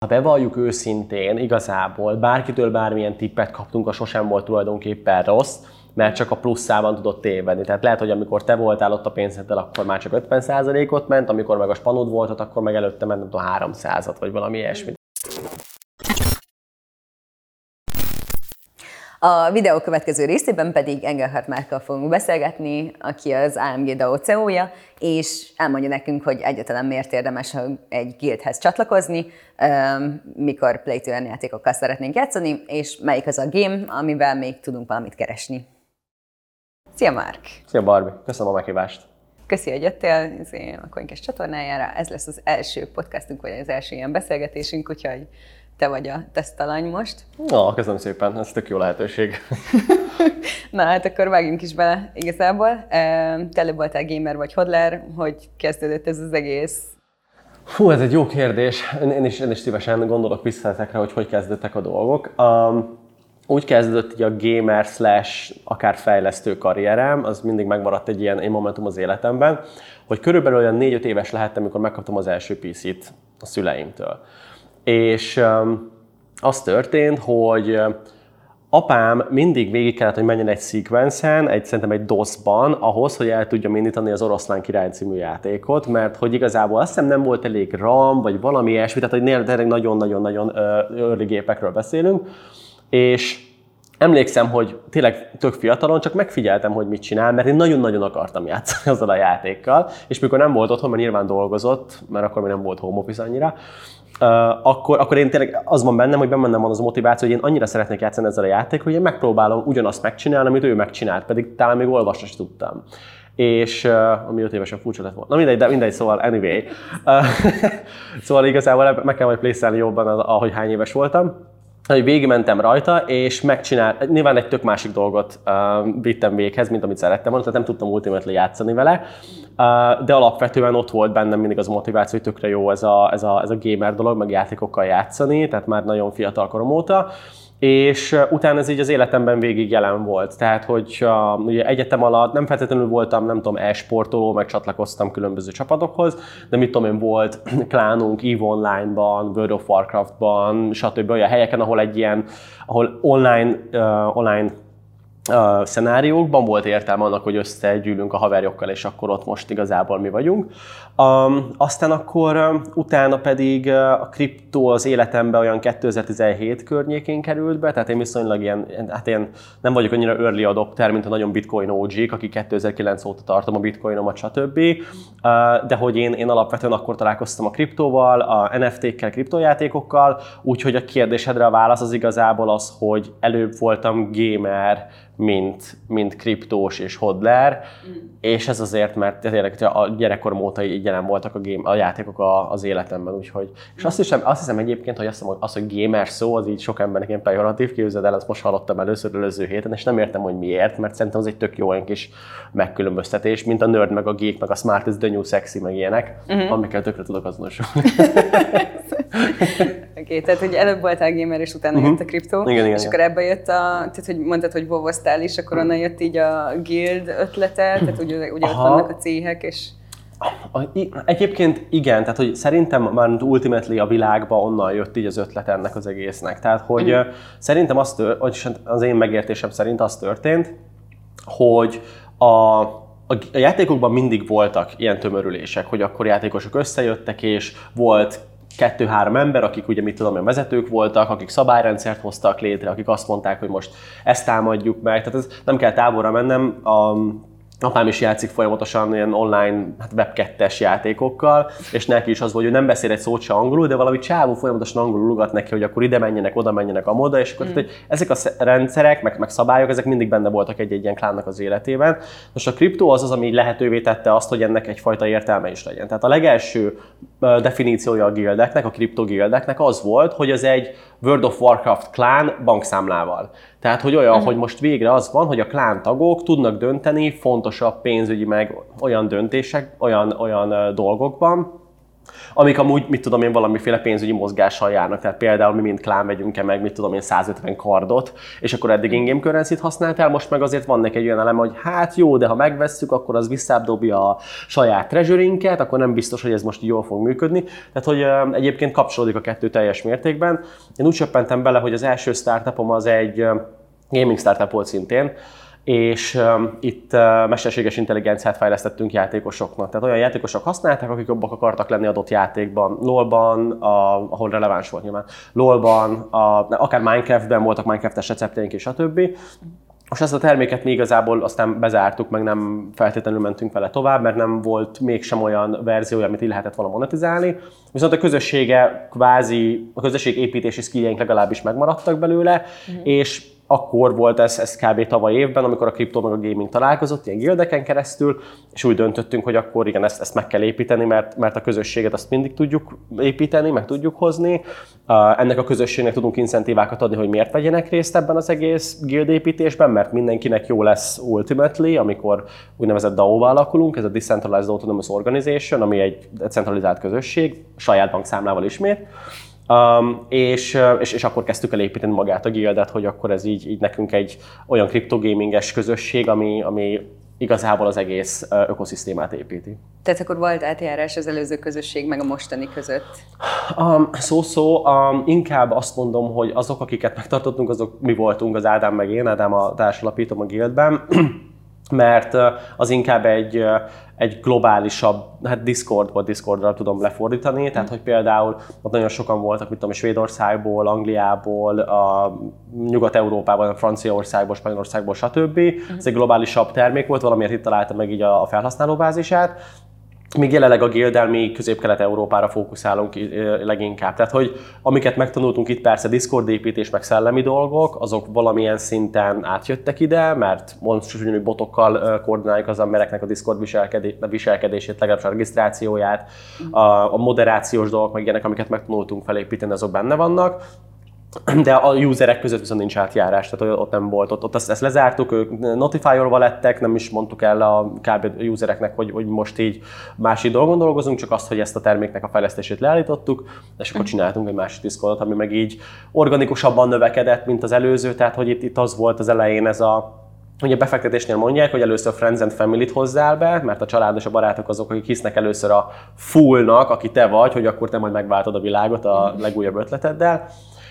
Ha bevalljuk őszintén, igazából bárkitől bármilyen tippet kaptunk, a sosem volt tulajdonképpen rossz, mert csak a pluszában tudott tévedni. Tehát lehet, hogy amikor te voltál ott a pénzeddel, akkor már csak 50%-ot ment, amikor meg a spanod volt ott, akkor meg előtte ment, nem tudom, 300-at, vagy valami ilyesmit. A videó következő részében pedig Engelhardt Márkkal fogunk beszélgetni, aki az AMG DAO CEO-ja, és elmondja nekünk, hogy egyáltalán miért érdemes egy guildhez csatlakozni, mikor Play to Earn játékokkal szeretnénk játszani, és melyik az a game, amivel még tudunk valamit keresni. Szia Márk! Szia Barbie! Köszönöm a meghívást! Köszi, hogy jöttél a Coincast csatornájára. Ez lesz az első podcastunk, vagy az első ilyen beszélgetésünk, úgyhogy te vagy a tesztalany most. Köszönöm szépen, ez tök jó lehetőség. Na hát akkor vágjunk is bele igazából. Te előbb voltál gamer vagy hodler, hogy kezdődött ez az egész? Ez egy jó kérdés. Én is szívesen gondolok vissza ezekre, hogy kezdődtek a dolgok. Úgy kezdődött így a gamer / akár fejlesztő karrierem, az mindig megmaradt egy ilyen momentum az életemben, hogy körülbelül olyan 4-5 éves lehettem, amikor megkaptam az első PC-t a szüleimtől. És az történt, hogy apám mindig végig kellett, hogy menjen egy sequence-en, szerintem egy DOS-ban, ahhoz, hogy el tudjam indítani az Oroszlán király című játékot, mert hogy igazából azt hiszem nem volt elég RAM, vagy valami ilyesmi, tehát hogy tényleg nagyon-nagyon early gépekről beszélünk, és emlékszem, hogy tényleg tök fiatalon, csak megfigyeltem, hogy mit csinál, mert én nagyon-nagyon akartam játszani azzal a játékkal, és mikor nem volt otthon, mert nyilván dolgozott, mert akkor még nem volt home office annyira, akkor én tényleg az van bennem, hogy bennem van az a motiváció, hogy én annyira szeretnék játszani ezzel a játékkal, hogy én megpróbálom ugyanazt megcsinálni, amit ő megcsinált, pedig talán még olvasni is tudtam. És ami 5 évesen furcsa lett volna. Na mindegy, szóval anyway. Szóval igazából meg kell majd playszálni jobban, ahogy hány éves voltam. Hogy végigmentem rajta, és nyilván egy tök másik dolgot vittem véghez, mint amit szerettem volna, tehát nem tudtam ultimately játszani vele, de alapvetően ott volt bennem mindig az motiváció, hogy tökre jó ez a gamer dolog, meg játékokkal játszani, tehát már nagyon fiatal korom óta. És utána ez így az életemben végig jelen volt. Tehát, hogy ugye egyetem alatt nem feltétlenül voltam, nem tudom, e-sportoló, meg csatlakoztam különböző csapatokhoz, de mit tudom én, volt klánunk EVE Online-ban, World of Warcraft-ban, stb. Olyan helyeken, ahol online szenáriókban volt értelme annak, hogy összegyűlünk a haverjokkal, és akkor ott most igazából mi vagyunk. Aztán akkor utána pedig a kriptó az életembe olyan 2017 környékén került be, tehát én viszonylag én nem vagyok annyira early adopter, mint a nagyon bitcoin OG-k, akik 2009 óta tartom a bitcoinomat, stb. De hogy én alapvetően akkor találkoztam a kriptóval, a NFT-kkel, kriptojátékokkal, úgyhogy a kérdésedre a válasz az igazából az, hogy előbb voltam gamer, mint kriptós és hodler, és ez azért, mert tényleg a gyerekkorom óta így jelen voltak a játékok az életemben, úgyhogy. És azt hiszem egyébként, hogy az, hogy gamer szó, az így sok embernek ilyen pejoratív, képzeld el, azt most hallottam előző héten, és nem értem, hogy miért, mert szerintem az egy tök jó olyan kis megkülönböztetés, mint a nerd, meg a geek, meg a smart is the new sexy, meg ilyenek, amikkel tökre tudok azonosulni. Oké, tehát hogy előbb voltál gamer, és utána jött a kriptó, igen, és akkor ebbe jött tehát hogy mondtad, hogy vovoztál is, akkor onnan jött így a guild ötlete, tehát ugye ott vannak a céhek, és... Egyébként igen, tehát hogy szerintem már ultimately a világban onnan jött így az ötlet ennek az egésznek. Tehát, hogy szerintem az én megértésem szerint az történt, hogy a játékokban mindig voltak ilyen tömörülések, hogy akkor játékosok összejöttek, és volt 2-3 ember, akik ugye mit tudom, vezetők voltak, akik szabályrendszert hoztak létre, akik azt mondták, hogy most ezt támadjuk meg. Tehát ez nem kell távolra mennem. Apám is játszik folyamatosan ilyen online web 2-es játékokkal, és neki is az volt, hogy nem beszél egy szót se angolul, de valami csávó folyamatosan angolul ugat neki, hogy akkor ide menjenek, oda menjenek, amoda, és akkor tehát, hogy ezek a rendszerek, meg szabályok, ezek mindig benne voltak egy ilyen klánnak az életében. Most a kriptó az, ami lehetővé tette azt, hogy ennek egyfajta értelme is legyen. Tehát a legelső definíciója a guildeknek, a kriptogildeknek az volt, hogy az egy World of Warcraft klán bankszámlával. Tehát, hogy olyan, hogy most végre az van, hogy a klán tagok tudnak dönteni fontosabb pénzügyi meg olyan döntések, olyan dolgokban, amik amúgy, mit tudom én, valamiféle pénzügyi mozgással járnak. Tehát például mi mint klán vegyünk-e meg, mit tudom én, 150 kardot, és akkor eddig in-game currency-t használtál, most meg azért van neki egy olyan elem, hogy hát jó, de ha megvesszük, akkor az visszádobja a saját treasurinket, akkor nem biztos, hogy ez most jól fog működni. Tehát, hogy egyébként kapcsolódik a kettő teljes mértékben. Én úgy csöppentem bele, hogy az első startupom az egy gaming startup volt szintén, és itt mesterséges intelligenciát fejlesztettünk játékosoknak. Tehát olyan játékosok használták, akik jobbak akartak lenni adott játékban. LoL-ban, ahol releváns volt nyilván, LoL-ban, akár Minecraft-ben voltak Minecraft-es receptjeink és stb. Most ezt a terméket mi igazából aztán bezártuk, meg nem feltétlenül mentünk vele tovább, mert nem volt mégsem olyan verziója, amit így lehetett volna monetizálni. Viszont a közössége kvázi, a közösség építési skilljeink legalábbis megmaradtak belőle, és akkor volt ez kb. Tavaly évben, amikor a kriptó meg a gaming találkozott, ilyen guildeken keresztül, és úgy döntöttünk, hogy akkor igen, ezt meg kell építeni, mert a közösséget azt mindig tudjuk építeni, meg tudjuk hozni. Ennek a közösségnek tudunk incentívákat adni, hogy miért vegyenek részt ebben az egész guild építésben, mert mindenkinek jó lesz ultimately, amikor úgynevezett DAO-val alakulunk, ez a Decentralized Autonomous Organization, ami egy decentralizált közösség, saját bankszámlával ismét. És akkor kezdtük el építeni magát a guildet, hogy akkor ez így nekünk egy olyan kriptogaminges közösség, ami igazából az egész ökoszisztémát építi. Tehát akkor volt átjárás az előző közösség meg a mostani között? Inkább azt mondom, hogy azok, akiket megtartottunk, azok mi voltunk, az Ádám meg én, Ádám a társalapítom a guildben, mert az inkább egy globálisabb, hát Discordra tudom lefordítani, tehát hogy például ott nagyon sokan voltak, mit tudom, Svédországból, Angliából, Nyugat-Európában, Franciaországból, Spanyolországból, stb. Ez egy globálisabb termék volt, valamiért itt találta meg így a felhasználóbázisát. Míg jelenleg a guilddel mi Közép-Kelet-Európára fókuszálunk leginkább. Tehát, hogy amiket megtanultunk itt, persze Discord építés, meg szellemi dolgok, azok valamilyen szinten átjöttek ide, mert mondjuk, hogy botokkal koordináljuk az embereknek a Discord viselkedését, legalábbis a regisztrációját, a moderációs dolgok, meg ilyenek, amiket megtanultunk felépíteni, azok benne vannak. De a userek között viszont nincs átjárás, tehát ott nem volt. Ott ezt lezártuk, ők notify-olva lettek, nem is mondtuk el a kb. Usereknek, hogy most így másik dolgon dolgozunk, csak azt, hogy ezt a terméknek a fejlesztését leállítottuk, és akkor csináltunk egy másik Discordot, ami meg így organikusabban növekedett, mint az előző, tehát hogy itt az volt az elején ez ugye befektetésnél mondják, hogy először Friends and Family-t hozzál be, mert a család és a barátok azok, akik hisznek először a fullnak, aki te vagy, hogy akkor te majd megváltod a világot a legújabb ötleteddel.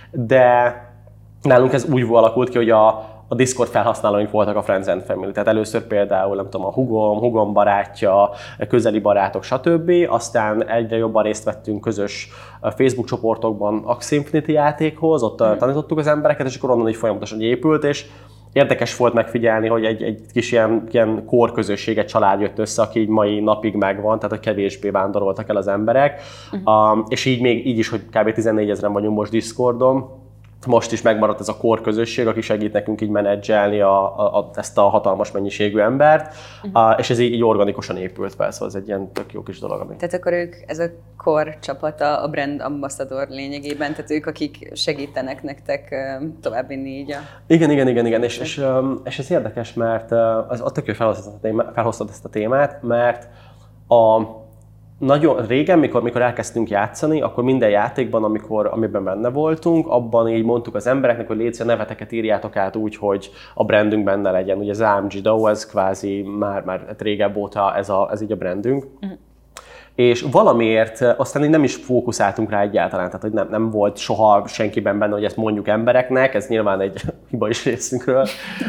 De nálunk ez úgy alakult ki, hogy a Discord felhasználóink voltak a Friends and Family. Tehát először például, nem tudom, a hugom barátja, közeli barátok, stb. Aztán egyre jobban részt vettünk közös Facebook csoportokban Axie Infinity játékhoz, ott tanítottuk az embereket, és akkor onnan így folyamatosan épült, és érdekes volt megfigyelni, hogy egy kis ilyen core közösség, egy család jött össze, aki így mai napig megvan, tehát hogy kevésbé vándoroltak el az emberek. És így is, hogy kb. 14 000-en vagyunk most Discordon. Most is megmaradt ez a core közösség, aki segít nekünk így menedzselni ezt a hatalmas mennyiségű embert, és ez így organikusan épült fel, szóval ez egy ilyen tök jó kis dolog. Ami... Tehát akkor ők, ez a core csapata, a brand ambassador lényegében, tehát ők, akik segítenek nektek továbbvinni így a... Igen, és ez érdekes, mert az tök jó felhoztad ezt a témát, mert nagyon régen, mikor elkezdtünk játszani, akkor minden játékban, amiben benne voltunk, abban így mondtuk az embereknek, hogy légy szíves, neveteket írjátok át úgy, hogy a brandünk benne legyen. Ugye az AMG DAO, ez kvázi már régebb óta ez így a brandünk. És valamiért aztán így nem is fókuszáltunk rá egyáltalán, tehát hogy nem volt soha senkiben benne, hogy ezt mondjuk embereknek, ez nyilván egy hiba is részünkről,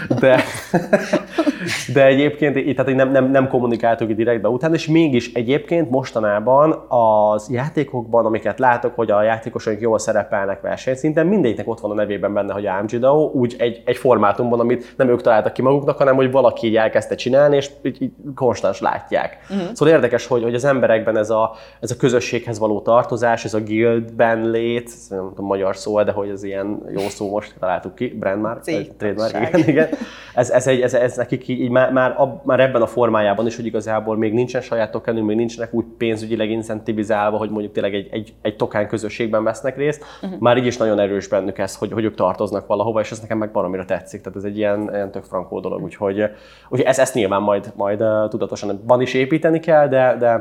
de egyébként tehát nem kommunikáltuk így direktbe utána, és mégis egyébként mostanában az játékokban, amiket látok, hogy a játékosaink jól szerepelnek versenyszinten, mindegyiknek ott van a nevében benne, hogy AMG DAO, úgy egy formátumban, amit nem ők találtak ki maguknak, hanem hogy valaki így elkezdte csinálni, és így konstans látják. Szóval érdekes, hogy az emberekben ez a közösséghez való tartozás, ez a guildben lét, ez nem tudom magyar szó, de hogy ez ilyen jó szó, most találtuk ki, brandmark, trademark, igen. Ez nekik így már ebben a formájában is, hogy igazából még nincsen saját tokenünk, még nincsenek úgy pénzügyileg incentivizálva, hogy mondjuk tényleg egy token közösségben vesznek részt, már így is nagyon erős bennük ez, hogy ők tartoznak valahova, és ez nekem meg baromira tetszik, tehát ez egy ilyen tök frankó dolog, úgyhogy ezt nyilván majd tudatosan is építeni kell, de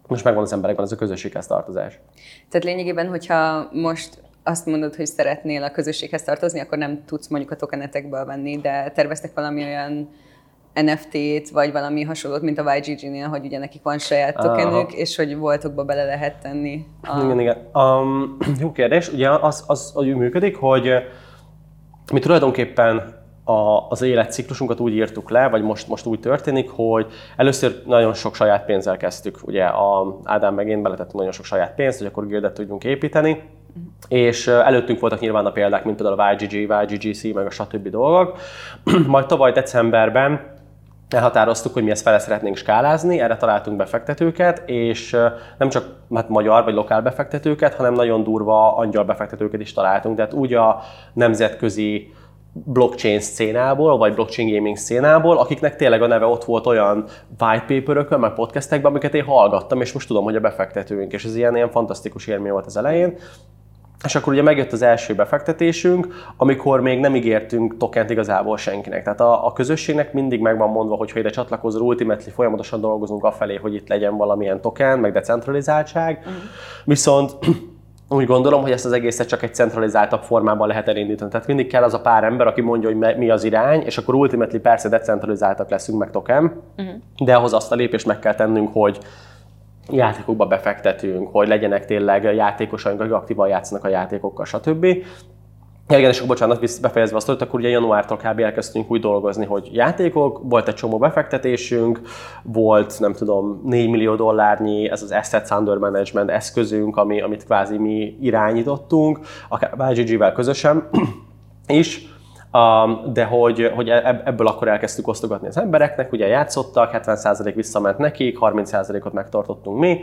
most megvan az emberekben ez a közösséghez tartozás. Tehát lényegében, hogyha most azt mondod, hogy szeretnél a közösséghez tartozni, akkor nem tudsz mondjuk a tokenetekből venni, de terveztek valami olyan NFT-t, vagy valami hasonlót, mint a YGG-nél, hogy ugye nekik van saját tokenük, és hogy voltokba bele lehet tenni. Igen. Jó kérdés. Ugye az úgy működik, hogy mi tulajdonképpen az életciklusunkat úgy írtuk le, vagy most úgy történik, hogy először nagyon sok saját pénzzel kezdtük. Ugye Ádám meg én beletettünk nagyon sok saját pénzt, hogy akkor gildet tudjunk építeni, és előttünk voltak nyilván a példák, mint például a YGG, YGGC, meg a stb. Dolgok. Majd tavaly decemberben elhatároztuk, hogy mi ezt fele szeretnénk skálázni, erre találtunk befektetőket, és nem csak magyar vagy lokál befektetőket, hanem nagyon durva angyal befektetőket is találtunk. Tehát úgy a nemzetközi blockchain szcénából, vagy blockchain gaming szcénából, akiknek tényleg a neve ott volt olyan white paperökön, meg podcastekben, amiket én hallgattam, és most tudom, hogy a befektetőink, és ez ilyen fantasztikus élmény volt az elején. És akkor ugye megjött az első befektetésünk, amikor még nem ígértünk tokent igazából senkinek. Tehát a közösségnek mindig meg van mondva, hogy ha ide csatlakozol, ultimately folyamatosan dolgozunk afelé, hogy itt legyen valamilyen token, meg decentralizáltság. Viszont úgy gondolom, hogy ezt az egészet csak egy centralizáltabb formában lehet elindítani. Tehát mindig kell az a pár ember, aki mondja, hogy mi az irány, és akkor ultimately persze decentralizáltak leszünk, meg token, de ahhoz azt a lépést meg kell tennünk, hogy játékokba befektetünk, hogy legyenek tényleg játékosaink, akik aktívan játszanak a játékokkal, stb. Ja, igen, és akkor bocsánat, befejezve azt, akkor ugye januártól kb. Elkezdtünk úgy dolgozni, hogy játékok, volt egy csomó befektetésünk, volt nem tudom 4 millió dollárnyi ez az Assets Under Management eszközünk, amit kvázi mi irányítottunk, akár YGG-vel közösen is. De hogy ebből akkor elkezdtük osztogatni az embereknek, ugye játszottak, 70% visszament nekik, 30%-ot megtartottunk mi,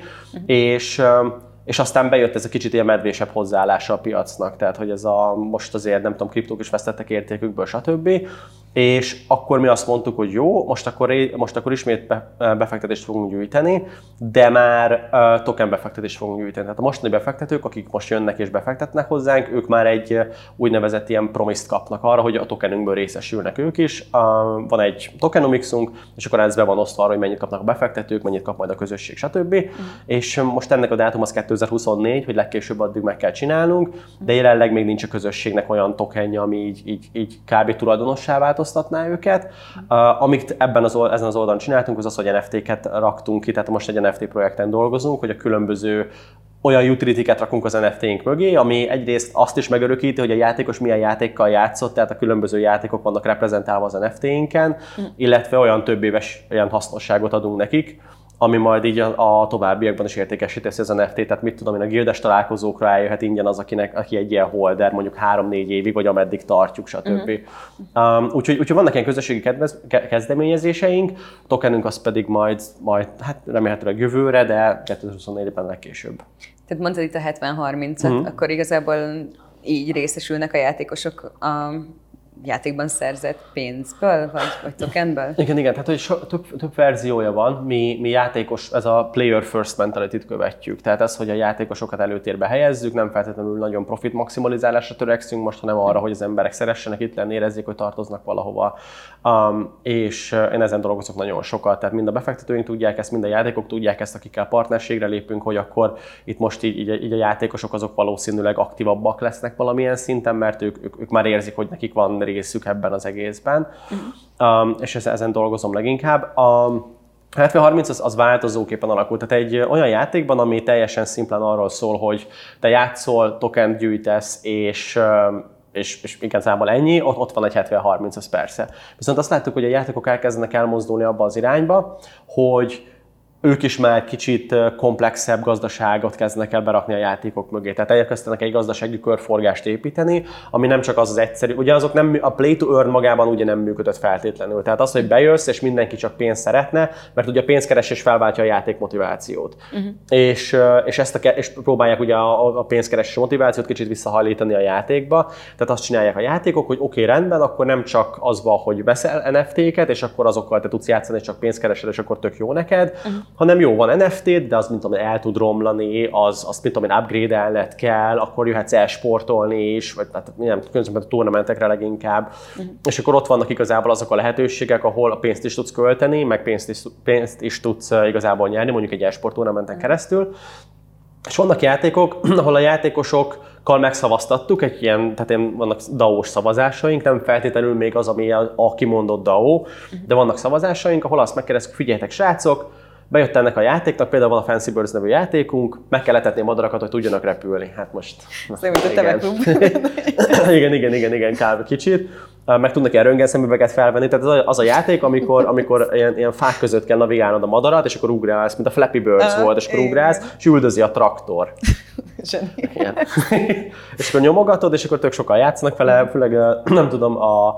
és aztán bejött ez a kicsit ilyen medvésebb hozzáállása a piacnak, tehát hogy ez most azért nem tudom, kriptók is vesztettek értékükből, stb. És akkor mi azt mondtuk, hogy jó, most akkor ismét befektetést fogunk gyűjteni, de már token befektetést fogunk gyűjteni. Tehát a mostani befektetők, akik most jönnek és befektetnek hozzánk, ők már egy úgynevezett ilyen promiszt kapnak arra, hogy a tokenünkből részesülnek ők is. Van egy tokenomicsunk, és akkor ez be van osztva arra, hogy mennyit kapnak a befektetők, mennyit kap majd a közösség, stb. És most ennek a dátum az 2024, hogy legkésőbb addig meg kell csinálnunk, de jelenleg még nincs a közösségnek olyan tokenje, ami így kb. Tulajdonossá változtatná őket. Amit ezen az oldalon csináltunk, az az, hogy NFT-ket raktunk ki, tehát most egy NFT projekten dolgozunk, hogy a különböző olyan utility-ket rakunk az NFT-nk mögé, ami egyrészt azt is megörökíti, hogy a játékos milyen játékkal játszott, tehát a különböző játékok vannak reprezentálva az NFT-nken, illetve olyan több éves olyan hasznosságot adunk nekik, ami majd így a továbbiakban is értékesíti az NFT-t, tehát mit tudom én, a gildes találkozókra eljöhet ingyen az, aki egy ilyen holder, mondjuk 3-4 évig, vagy ameddig tartjuk, stb. Úgyhogy vannak ilyen közösségi kezdeményezéseink, a tokenünk az pedig majd hát remélhetőleg jövőre, de 2024-ben legkésőbb. Tehát mondtad itt a 70-30-at, akkor igazából így részesülnek a játékosok a játékban szerzett pénzből, vagy tokenből? Igen, tehát hogy több verziója van. Mi játékos, ez a player first mentality-t követjük. Tehát ez, hogy a játékosokat előtérbe helyezzük, nem feltétlenül nagyon profit maximalizálásra törekszünk most, hanem arra, hogy az emberek szeressenek itt lenni, érezzék, hogy tartoznak valahova. És én ezen dolgozok nagyon sokat. Tehát mind a befektetőink tudják ezt, mind a játékok tudják ezt, akikkel partnerségre lépünk, hogy akkor itt most így a játékosok azok valószínűleg aktívabbak lesznek valamilyen szinten, mert ők már érzik, hogy nekik van részük ebben az egészben, és ezen dolgozom leginkább. A 70-30 az változóképpen alakult. Tehát egy olyan játékban, ami teljesen szimplán arról szól, hogy te játszol, tokent gyűjtesz, és igazából ennyi, ott van egy 70-30, az persze. Viszont azt láttuk, hogy a játékok elkezdenek elmozdulni abba az irányba, hogy ők is már kicsit komplexebb gazdaságot kezdenek el berakni a játékok mögé. Tehát elkezdenek egy gazdasági körforgást építeni, ami nem csak az egyszerű. Ugye azok nem, a play to earn magában ugye nem működött feltétlenül. Tehát az, hogy bejössz és mindenki csak pénzt szeretne, mert ugye a pénzkeresés felváltja a játék motivációt. És próbálják ugye a pénzkeresés motivációt kicsit visszahajlítani a játékba. Tehát azt csinálják a játékok, hogy oké, rendben, akkor nem csak az van, hogy veszel NFT-ket, és akkor azokkal te tudsz játszani, és csak pénzt keresel, és akkor tök jó neked, hanem jó, van NFT-d, de az, mint tudom, el tud romlani, azt mint tudom én, upgrade-elned kell, akkor jöhetsz elsportolni is, vagy tehát nem, különböző turnamentekre leginkább. És akkor ott vannak igazából azok a lehetőségek, ahol a pénzt is tudsz költeni, meg pénzt is tudsz igazából nyerni, mondjuk egy e-sport turnamenten keresztül. És vannak játékok, ahol a játékosokkal megszavaztattuk, tehát vannak DAO-s szavazásaink, nem feltétlenül még az, ami a kimondott DAO, de vannak szavazásaink, ahol azt megkérdezünk, figyeljetek srácok, bejött ennek a játéknak, például van a Fancy Birds nevű játékunk, meg kell etetni a madarakat, hogy tudjanak repülni. Hát most... Igen, kb. Kicsit. Meg tudnak ilyen röntgenszemüveget felvenni, tehát az a játék, amikor ilyen fák között kell navigálnod a madarat, és akkor ugrálsz, mint a Flappy Birds volt, és akkor ugrálsz, és üldözi a traktor. És akkor nyomogatod, és akkor tök sokan játszanak vele, főleg nem tudom,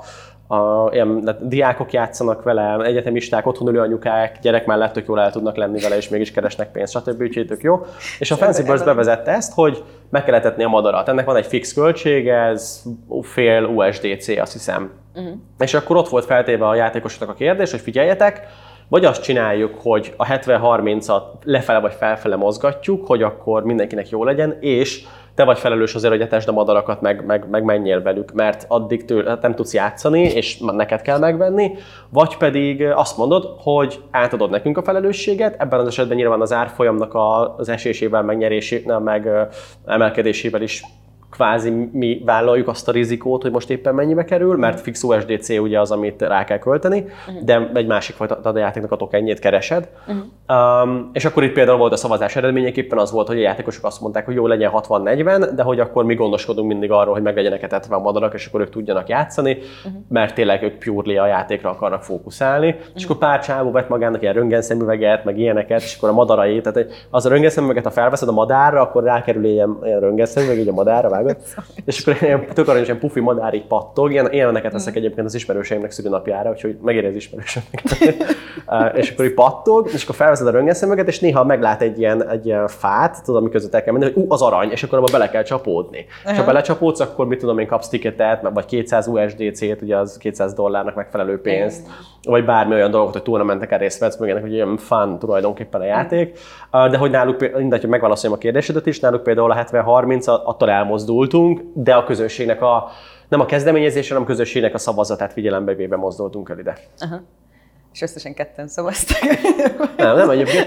ilyen diákok játszanak vele, egyetemisták, otthon ülő anyukák, gyerek mellett tök jól el tudnak lenni vele, és mégis keresnek pénzt, stb. Úgyhogy tök jó. És a Fancy Birds bevezette ezt, hogy meg kell etetni a madarat. Ennek van egy fix költség, ez fél USDC, azt hiszem. És akkor ott volt feltéve a játékosoknak a kérdés, hogy figyeljetek, vagy azt csináljuk, hogy a 70-30-at lefele vagy felfele mozgatjuk, hogy akkor mindenkinek jó legyen, és te vagy felelős azért, hogy etesd a madarakat, meg menjél velük, mert addig nem tudsz játszani, és neked kell megvenni, vagy pedig azt mondod, hogy átadod nekünk a felelősséget, ebben az esetben nyilván az árfolyamnak az esésével, meg emelkedésével is kvázi mi vállaljuk azt a rizikót, hogy most éppen mennyibe kerül, mert fix USDC ugye az, amit rá kell költeni, de egy másik fajta játéknak a tokenjét keresed. És akkor itt például volt a szavazás eredményeképpen az volt, hogy a játékosok azt mondták, hogy jó, legyen 60-40, de hogy akkor mi gondoskodunk mindig arról, hogy meg legyenek etetve a madarak, és akkor ők tudjanak játszani, mert tényleg ők purely a játékra akarnak fókuszálni. És akkor pár csávó vett magának ilyen röntgenszemüveget, meg ilyeneket, és akkor a madarai, tehát az a röntgenszemüveget, ha felveszed a madárra, akkor rákerül ilyen röntgenszemüveg, így a madárra, és akkor ilyen tök aranyos, ilyen pufi madár így pattog, ilyeneket veszek egyébként az ismerőseimnek szülinapjára, úgyhogy megéri az ismerőseimnek. És akkor így pattog, és akkor felveszed a röntgenszemüveget, és néha meglát egy ilyen fát, tudod, ami között el kell menni, hogy az arany, és akkor abba bele kell csapódni. És ha belecsapódsz, akkor mit tudom én, kapsz ticketet, vagy 200 USDC-t, ugye az $200 megfelelő pénzt, vagy bármi olyan dolgot, hogy turnamenteken részt vetsz, meg hogy olyan fun tulajdonképpen a játék. De hogy náluk, mindegy, hogy megválaszoljam a kérdésedet is, náluk például a 70-30 attól elmozdultunk, de a közönségnek nem a kezdeményezésre, hanem a közönségnek a szavazatát figyelembe véve mozdultunk el ide. Aha. És összesen ketten szavaztak. Nem, egyébként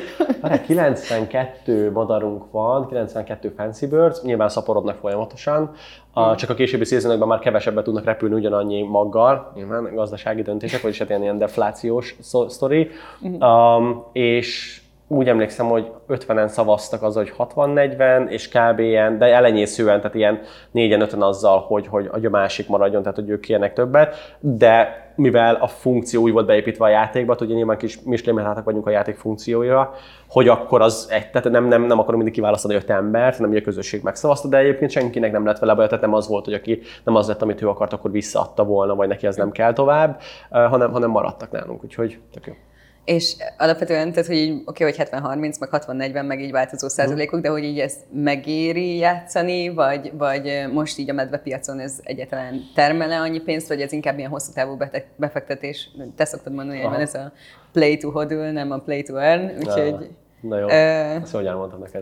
92 madarunk van, 92 Fancy Birds, nyilván szaporodnak folyamatosan, csak a későbbi szezonokban már kevesebbet tudnak repülni ugyanannyi maggal, nyilván gazdasági döntések, vagyis hát ilyen deflációs sztori, és úgy emlékszem, hogy 50-en szavaztak az, hogy 60-40, és kb. Ilyen, de elenyészően, tehát ilyen 4-5-en azzal, hogy a másik maradjon, tehát hogy ők kérnek többet, de mivel a funkció úgy volt beépítve a játékba, ugye nyilván kis mislémhátak vagyunk a játék funkcióira, hogy akkor az tehát nem akarom mindig kiválasztani 5 embert, hanem ugye a közösség megszavazta, de egyébként senkinek nem lett vele baj, tehát nem az volt, hogy aki nem az lett, amit ő akart, akkor visszaadta volna, vagy neki az nem kell tovább, hanem maradtak nálunk, úgyhogy tök jó. És alapvetően, tehát, hogy így, oké, hogy 70-30, meg 60-40, meg így változó százalékok, de hogy így ezt megéri játszani, vagy most így a medvepiacon ez egyáltalán termel-e annyi pénzt, vagy ez inkább ilyen hosszú távú befektetés? Te szoktad mondani, hogy van ez a play to hodl, nem a play to earn, úgyhogy... Na jó, ezt hogy elmondtam neked.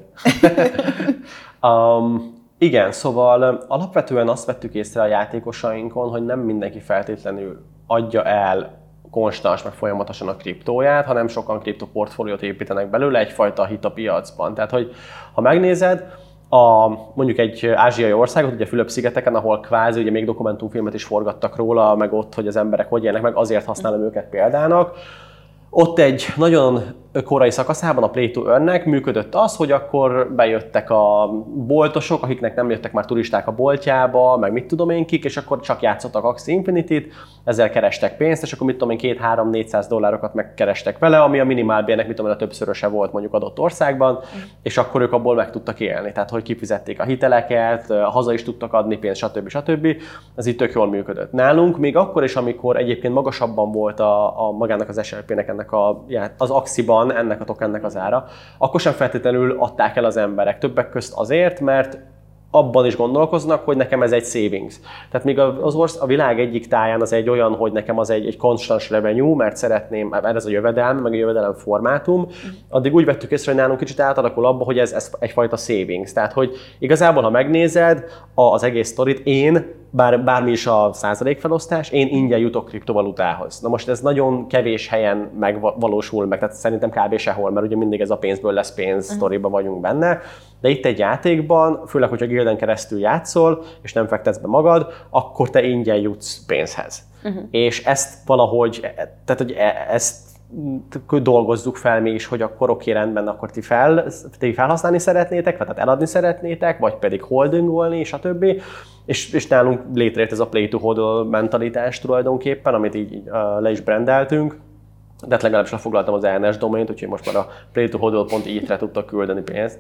Igen, szóval alapvetően azt vettük észre a játékosainkon, hogy nem mindenki feltétlenül adja el konstans, meg folyamatosan a kriptóját, hanem sokan kriptoportfóliót építenek belőle egyfajta hit a piacban. Tehát, hogy ha megnézed, mondjuk egy ázsiai országot, ugye Fülöp-szigeteken, ahol kvázi ugye még dokumentumfilmet is forgattak róla, meg ott, hogy az emberek hogy élnek meg, azért használom őket példának. Ott egy nagyon korai szakaszában a Play to Earn-nek működött az, hogy akkor bejöttek a boltosok, akiknek nem jöttek már turisták a boltjába, meg mit tudom én kik, és akkor csak játszottak Axie Infinity-t, ezzel kerestek pénzt, és akkor mit tudom én, $200-400 megkerestek vele, ami a minimálbérnek mit tudom én, a többszöröse volt mondjuk adott országban, és akkor ők abból meg tudtak élni, tehát hogy kifizették a hiteleket, haza is tudtak adni pénzt, stb. Ez itt tök jól működött. Nálunk még akkor is, amikor egyébként magasabban volt a magának az SLP-nek ennek az Axie-ban ennek a tokennek az ára, akkor sem feltétlenül adták el az emberek. Többek közt azért, mert abban is gondolkoznak, hogy nekem ez egy savings. Tehát még a világ egyik táján az egy olyan, hogy nekem az egy konstans revenue, mert szeretném, ez a jövedelem, meg a jövedelem formátum, addig úgy vettük észre, hogy nálunk kicsit átalakul abba, hogy ez egyfajta savings. Tehát, hogy igazából, ha megnézed az egész sztorit, én, bármi is a százalékfelosztás, én ingyen jutok kriptovalutához. Na most ez nagyon kevés helyen megvalósul meg, tehát szerintem kb. Sehol, mert ugye mindig ez a pénzből lesz pénz sztoriba vagyunk benne, de itt egy játékban, főleg, hogyha Guilden keresztül játszol, és nem fektetsz be magad, akkor te ingyen jutsz pénzhez. És ezt valahogy, tehát hogy ezt dolgozzuk fel mi is, hogy akkor oké, rendben, akkor ti felhasználni szeretnétek, tehát eladni szeretnétek, vagy pedig holdingolni, stb. És nálunk létrejött ez a play to hodl mentalitás tulajdonképpen, amit így le is brandeltünk. De hát legalábbis lefoglaltam az ENS domaint, úgyhogy most már a playtohodl.it-re tudtak küldeni pénzt.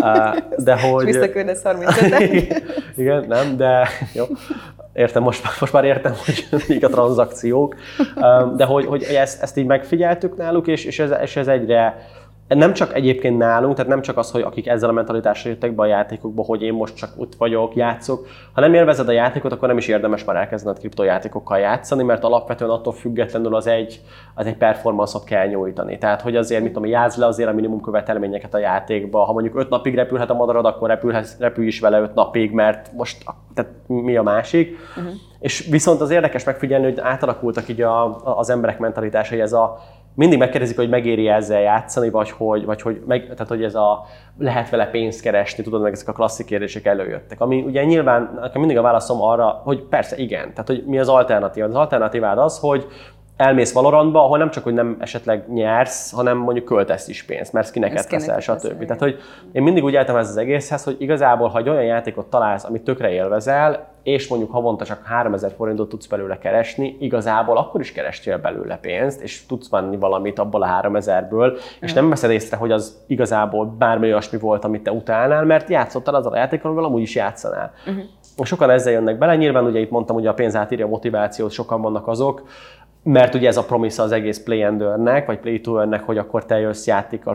De hogy... És visszaküldesz 35-et. Igen, nem, de jó. Értem, most már értem, hogy mik a tranzakciók. De hogy ezt így megfigyeltük náluk, és ez egyre... Nem csak egyébként nálunk, tehát nem csak az, hogy akik ezzel a mentalitással jöttek be a játékokba, hogy én most csak ott vagyok, játszok. Ha nem élvezed a játékot, akkor nem is érdemes már elkezdened kriptojátékokkal játszani, mert alapvetően attól függetlenül az egy performance-ot kell nyújtani. Tehát, hogy azért, mit tudom, játsz le azért a minimum követelményeket a játékba. Ha mondjuk 5 napig repülhet a madarad, akkor repülj is vele 5 napig, mert most tehát mi a másik. És viszont az érdekes megfigyelni, hogy átalakultak így az emberek mentalitásai, ez a mindig megkérdezik, hogy megéri ezzel játszani, vagy tehát, hogy ez lehet vele pénzt keresni, tudod, meg ezek a klasszik kérdések előjöttek. Ami ugye nyilván, nekem mindig a válaszom arra, hogy persze igen, tehát hogy mi az alternatíva. Az alternatívád az, hogy elmész Valorantba, ahol nem csak, hogy nem esetleg nyersz, hanem mondjuk költesz is pénzt, mert skineket veszel, stb. Tehát, hogy én mindig úgy álltam ez az egészhez, hogy igazából, ha egy olyan játékot találsz, amit tökre élvezel, és mondjuk havonta csak 3000 forintot tudsz belőle keresni, igazából akkor is kerestél belőle pénzt, és tudsz venni valamit abból a 3000-ből, és nem veszed észre, hogy az igazából bármi olyasmi volt, amit te utálnál, mert játszottál azzal a játékkal, amivel amúgy is játszanál. Sokan ezzel jönnek bele, nyilván ugye itt mondtam, hogy a pénz átírja a motivációt, sokan vannak azok, mert ugye ez a promise az egész play and earn-nek, vagy play to earn-nek, hogy akkor te jössz játékkal,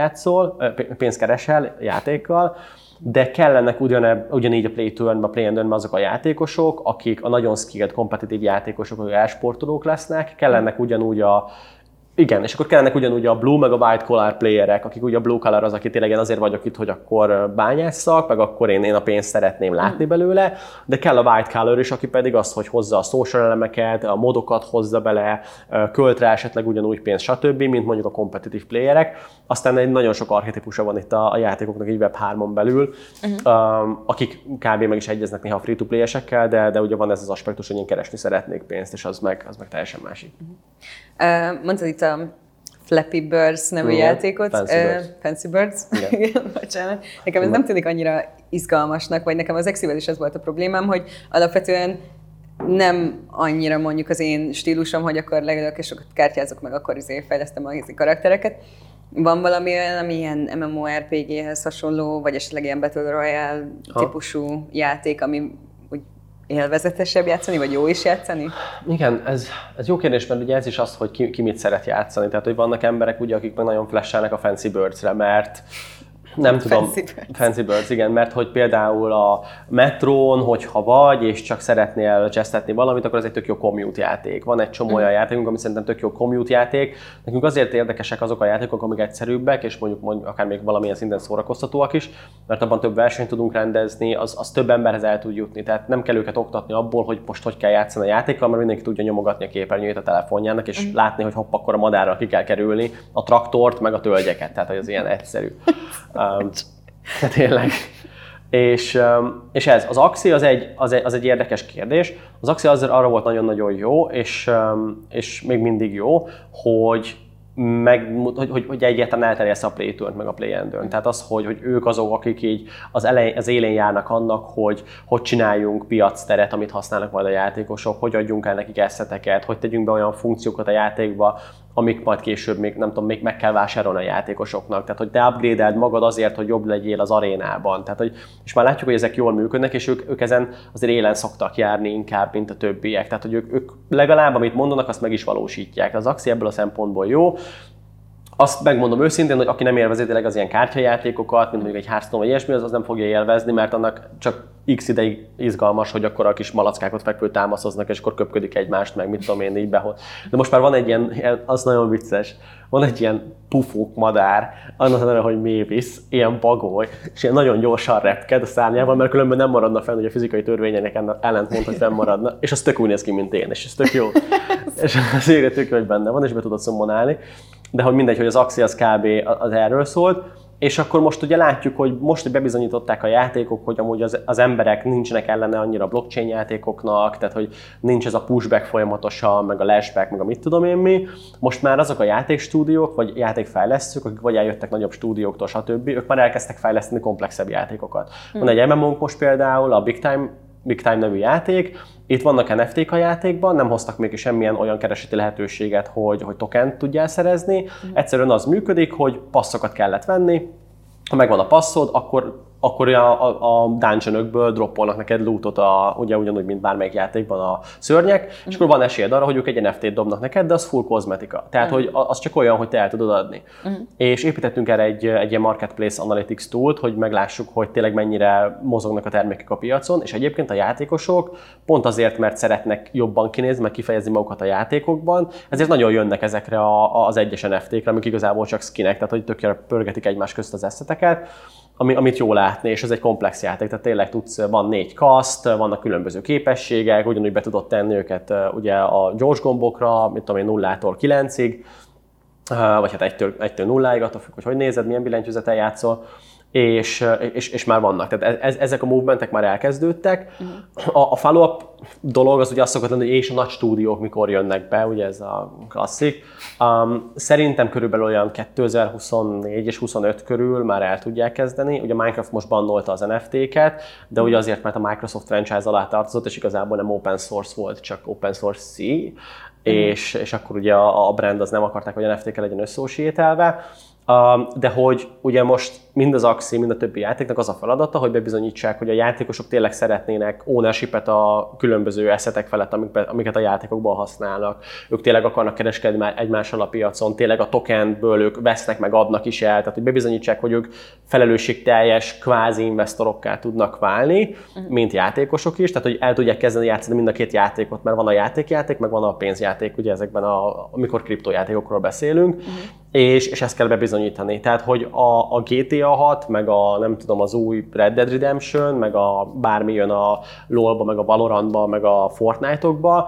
pénzt keresel játékkal, de kellenek ugyanígy a play to earn-ben, a play and earn-ben azok a játékosok, akik a nagyon skilled, kompetitív játékosok, akik elsportolók lesznek, kellenek ugyanúgy igen, és akkor kellenek ugyanúgy a blue meg a white collar playerek, akik ugye a blue collar az, aki tényleg én azért vagyok itt, hogy akkor bányásszak, meg akkor én a pénzt szeretném látni belőle, de kell a white collar is, aki pedig az, hogy hozza a social elemeket, a modokat hozza bele, költ rá esetleg ugyanúgy pénzt, stb., mint mondjuk a kompetitív playerek. Aztán egy nagyon sok archetípusa van itt a játékoknak így Web3-on belül, akik kb. Meg is egyeznek néha a free-to-play-esekkel, de ugye van ez az aspektus, hogy én keresni szeretnék pénzt, és az meg teljesen másik. Mondtad itt a Flappy Birds nevű játékot. Fancy Birds. Igen, bocsánat. Nekem ez nem tűnik annyira izgalmasnak, vagy nekem az Exivel is ez volt a problémám, hogy alapvetően nem annyira mondjuk az én stílusom, hogy akkor legalább és sokat kártyázok meg, akkor fejlesztem a karaktereket. Van valami olyan, ami ilyen MMORPG-hez hasonló, vagy esetleg ilyen Battle Royale típusú játék, ami élvezetesebb játszani, vagy jó is játszani? Igen, ez jó kérdés, mert ugye ez is az, hogy ki mit szeret játszani. Tehát, hogy vannak emberek, ugye, akik meg nagyon flashelnek a Fancy Birds-re, mert nem tudom, Fancy Birds, igen, mert hogy például a Metrón, hogyha vagy, és csak szeretnél csesztetni valamit, akkor ez egy tök jó commute játék. Van egy csomó olyan játékunk, ami szerintem tök jó commute játék. Nekünk azért érdekesek azok a játékok, amik egyszerűbbek, és mondjuk akár még valamilyen szinten szórakoztatóak is, mert abban több versenyt tudunk rendezni, az több emberhez el tud jutni. Tehát nem kell őket oktatni abból, hogy most hogy kell játszani a játékkal, mert mindenki tudja nyomogatni a képernyőjét a telefonjának, és látni, hogy hopp, akkor a madárral ki kell kerülni, a traktort, meg a tölgyeket. Tehát, hogy ez ilyen egyszerű. Tényleg. És ez, az Axie az egy érdekes kérdés. Az Axie arra volt nagyon-nagyon jó, és még mindig jó, hogy egyáltalán elterjessze a play to earn meg a play and earn. Tehát az, hogy ők azok, akik így az élén járnak annak, hogy csináljunk piacteret, amit használnak majd a játékosok, hogy adjunk el nekik asszeteket, hogy tegyünk be olyan funkciókat a játékba, amik majd később még meg kell vásárolni a játékosoknak. Tehát, hogy te upgrade-eld magad azért, hogy jobb legyél az arénában. Tehát, és már látjuk, hogy ezek jól működnek, és ők ezen azért élen szoktak járni inkább, mint a többiek. Tehát, hogy ők legalább, amit mondanak, azt meg is valósítják. Az Axie ebből a szempontból jó. Azt megmondom őszintén, hogy aki nem élvezi tényleg az ilyen kártyajátékokat, mint mondjuk egy Hearthstone vagy ilyesmi, az nem fogja élvezni, mert annak csak x ideig izgalmas, hogy akkor a kis malackákat fekvő támaszoznak, és akkor köpködik egymást, meg mit tudom én így behol. De most már van egy ilyen, az nagyon vicces, van egy ilyen pufók madár, annak a neve, hogy Mavis, ilyen bagoly, és ilyen nagyon gyorsan repked a szárnyával, mert különben nem maradna fenn, hogy a fizikai törvényeknek ellentmond, hogy fennmaradna, és az tök úgy néz ki, mint én, és ez tök jó. És az égre tök jó, hogy benne van, és be tudod szommonálni. De hogy mindegy, hogy az Axie az kb. Az erről szólt, és akkor most ugye látjuk, hogy most, hogy bebizonyították a játékok, hogy amúgy az emberek nincsenek ellene annyira blockchain játékoknak, tehát hogy nincs ez a pushback folyamatosan, meg a lashback, meg a mit tudom én mi. Most már azok a játékstúdiók, vagy játékfejlesztők, akik vagy eljöttek nagyobb stúdióktól, stb., ők már elkezdtek fejleszteni komplexebb játékokat. Van egy MMO-nk most például, a Big Time nevű játék. Itt vannak NFT-k a játékban, nem hoztak még semmilyen olyan kereseti lehetőséget, hogy tokent tudjál szerezni. Egyszerűen az működik, hogy passzokat kellett venni. Ha megvan a passzod, akkor a dungeonökből droppolnak neked lootot, ugye ugyanúgy, mint bármelyik játékban a szörnyek, és akkor van esélyed arra, hogy ők egy NFT-t dobnak neked, de az full kozmetika. Tehát, hogy az csak olyan, hogy te el tudod adni. És építettünk erre egy ilyen marketplace analytics tool-t, hogy meglássuk, hogy tényleg mennyire mozognak a termékek a piacon, és egyébként a játékosok pont azért, mert szeretnek jobban kinézni, meg kifejezni magukat a játékokban, ezért nagyon jönnek ezekre az egyes NFT-kre, amik igazából csak skinek, tehát hogy tökéletesen pörgetik egymás közt az asszeteket, amit jól látni, és ez egy komplex játék, tehát tényleg van 4 kaszt, vannak különböző képességek, ugyanúgy be tudod tenni őket ugye a gyors gombokra, mit tudom én, 0-tól 9-ig, vagy hát 1-től 0-ig, attól függ, hogy nézed, milyen billentyűzettel játszol, és már vannak. Tehát ezek a movementek már elkezdődtek. A follow-up dolog az ugye azt szokott lenni, hogy és a nagy stúdiók mikor jönnek be, ugye ez a klasszik. Szerintem körülbelül olyan 2024 és 25 körül már el tudják kezdeni. Ugye Minecraft most bannolta az NFT-ket, de ugye azért, mert a Microsoft franchise alá tartozott, és igazából nem open source volt, csak open source C. És akkor ugye a brand az nem akarták, hogy NFT-kkel legyen összeosítelve. De hogy ugye most mind az Axie, mind a többi játéknak az a feladata, hogy bebizonyítsák, hogy a játékosok tényleg szeretnének ownership-et a különböző asszetek felett, amiket a játékokban használnak. Ők tényleg akarnak kereskedni egymással a piacon, tényleg a tokenből ők vesznek meg, adnak is el, tehát hogy bebizonyítsák, hogy ők felelősségteljes kvázi investorokká tudnak válni, mint játékosok is, tehát hogy el tudják kezdeni játszani mind a két játékot, mert van a játék, meg van a pénzjáték, ugye ezekben amikor kriptojátékokról beszélünk, és ezt kell bebizonyítani. Tehát, hogy a GTA 6, meg nem tudom, az új Red Dead Redemption, meg bármi jön a LoL-ba, meg a Valorantba, meg a Fortnite-okba,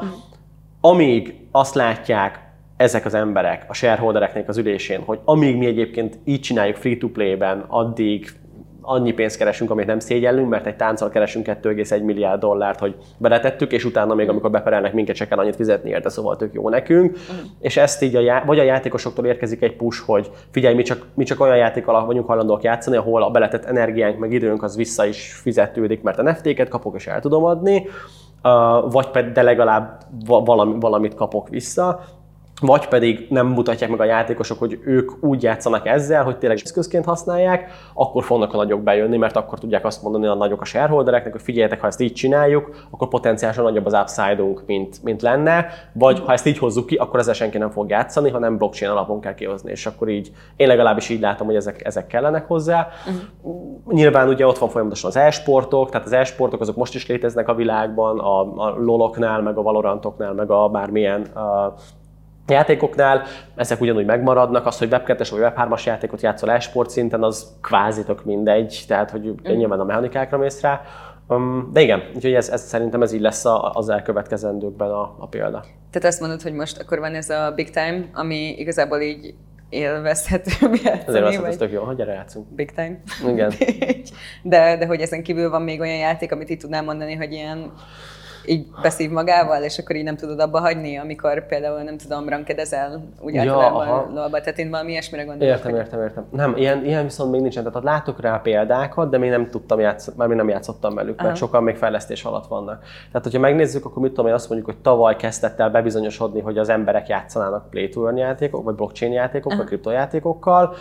amíg azt látják ezek az emberek, a shareholdereknek az ülésén, hogy amíg mi egyébként így csináljuk free-to-play-ben, addig annyi pénzt keresünk, amit nem szégyellünk, mert egy tánccal keresünk 2,1 milliárd dollárt, hogy beletettük, és utána még amikor beperelnek minket, se kell annyit fizetni érte, szóval tök jó nekünk. És ezt így vagy a játékosoktól érkezik egy push, hogy figyelj, mi csak olyan játékkal vagyunk hajlandóak játszani, ahol a beletett energiánk meg időnk az vissza is fizetődik, mert NFT-ket kapok és el tudom adni, vagy pedig de legalább valamit kapok vissza. Vagy pedig nem mutatják meg a játékosok, hogy ők úgy játszanak ezzel, hogy tényleg eszközként használják, akkor fognak a nagyok bejönni, mert akkor tudják azt mondani a nagyok a shareholdereknek, hogy figyeljetek, ha ezt így csináljuk, akkor potenciálisan nagyobb az upside-unk, mint lenne, vagy ha ezt így hozzuk ki, akkor ezzel senki nem fog játszani, hanem blockchain alapon kell kihozni, és akkor így, én legalábbis így látom, hogy ezek kellenek hozzá. Nyilván ugye ott van folyamatosan az e-sportok, tehát az e-sportok azok most is léteznek a világban, a LoL-oknál, meg a Valorantoknál, meg a bármilyen játékoknál, ezek ugyanúgy megmaradnak, az, hogy Web2-es vagy Web3-as játékot játszol e-sport szinten, az kvázi tök mindegy, tehát hogy nyilván a mechanikákra mész rá. De igen, úgyhogy ez szerintem ez így lesz az elkövetkezendőkben a példa. Tehát azt mondod, hogy most akkor van ez a Big Time, ami igazából így élvezhető játszani, Azért ez tök jó, hogy gyere játszunk. Big Time. Igen. De hogy ezen kívül van még olyan játék, amit így tudnám mondani, hogy ilyen így beszív magával, és akkor így nem tudod abba hagyni, amikor például nem tudom, rankedezel úgy általában LoL-ba, tehát én valami ilyesmire gondolok. Értem. Nem, ilyen viszont még nincsen, tehát látok rá példákat, de még nem tudtam játszani, már még nem játszottam velük, mert sokan még fejlesztés alatt vannak. Tehát, hogyha megnézzük, akkor mit tudom én, azt mondjuk, hogy tavaly kezdett el bebizonyosodni, hogy az emberek játszanának play to earn játékok, vagy blockchain játékok, vagy kriptojátékokkal.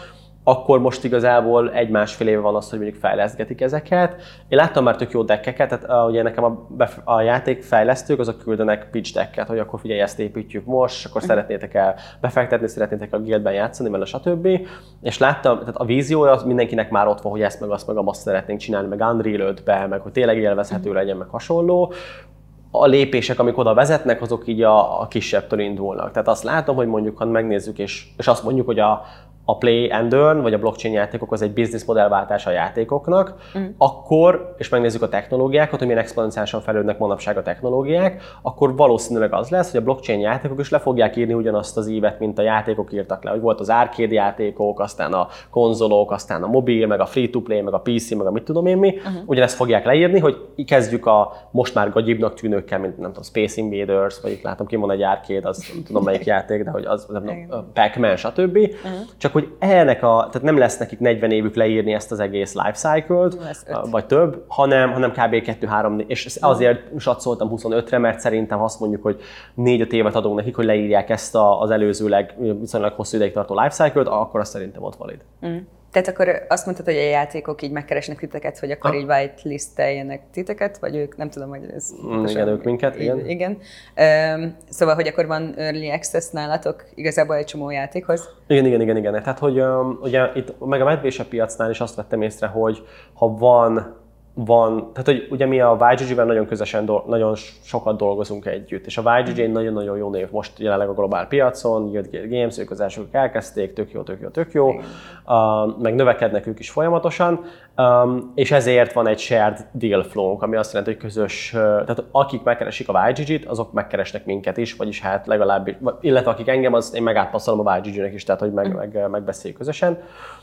akkor most igazából 1-1,5 éve van az, hogy mondjuk fejlesztgetik ezeket. Én láttam már tök jó deckeket, tehát ugye nekem a játékfejlesztők azok küldenek pitch decket, hogy akkor figyelj, ezt építjük most, akkor szeretnétek el befektetni, szeretnétek a guildben játszani, mert stb. És láttam, tehát a víziója az mindenkinek már ott van, hogy ezt meg azt szeretnénk csinálni, meg Unreal 5-be, meg hogy tényleg élvezhető legyen, meg hasonló. A lépések, amik oda vezetnek, azok így a kisebbtől indulnak. Tehát azt látom, hogy mondjuk, ha megnézzük, és azt mondjuk, hogy a Play and Earn, vagy a blockchain játékok az egy business modellváltás a játékoknak, akkor, és megnézzük a technológiákat, hogy milyen exponenciálisan fejlődnek manapság a technológiák, akkor valószínűleg az lesz, hogy a blockchain játékok is le fogják írni ugyanazt az ívet, mint a játékok írtak le. Hogy volt az arcade játékok, aztán a konzolok, aztán a mobil, meg a free-to-play, meg a PC, meg a mit tudom én mi. Ugyanezt fogják leírni, hogy kezdjük a most már gagyibbnak tűnőkkel, mint nem tudom, Space Invaders, vagy itt látom, ki van egy arcade, az nem tudom melyik játék, de hogy az Pac-Man, stb. Csak hogy tehát nem lesz nekik 40 évük leírni ezt az egész lifecycle-t, vagy több, hanem kb. 2-3, és azért satszoltam 25-re, mert szerintem azt mondjuk, hogy 4-5 évet adunk nekik, hogy leírják ezt az előzőleg viszonylag hosszú ideig tartó lifecycle-t, akkor azt szerintem ott valid. Tehát akkor azt mondtad, hogy a játékok így megkeresnek titeket, hogy akkor így whitelist-eljenek titeket, vagy ők, nem tudom, hogy ez... Igen, ők minket, igen. Szóval, hogy akkor van early access nálatok igazából egy csomó játékhoz? Igen. Tehát, hogy ugye itt meg a medvésebb piacnál is azt vettem észre, hogy ha van, tehát hogy ugye mi a YGG-ben nagyon közösen, nagyon sokat dolgozunk együtt, és a YGG egy nagyon-nagyon jó név most jelenleg a globál piacon, Guild Gear Games, ők az elsők elkezdték, tök jó, meg növekednek ők is folyamatosan, és ezért van egy shared deal flow, ami azt jelenti, hogy közös, tehát akik megkeresik a YGG-t, azok megkeresnek minket is, vagyis hát legalábbis, illetve akik engem, az én megátpasszolom a YGG-nek is, tehát hogy megbeszéljük közösen,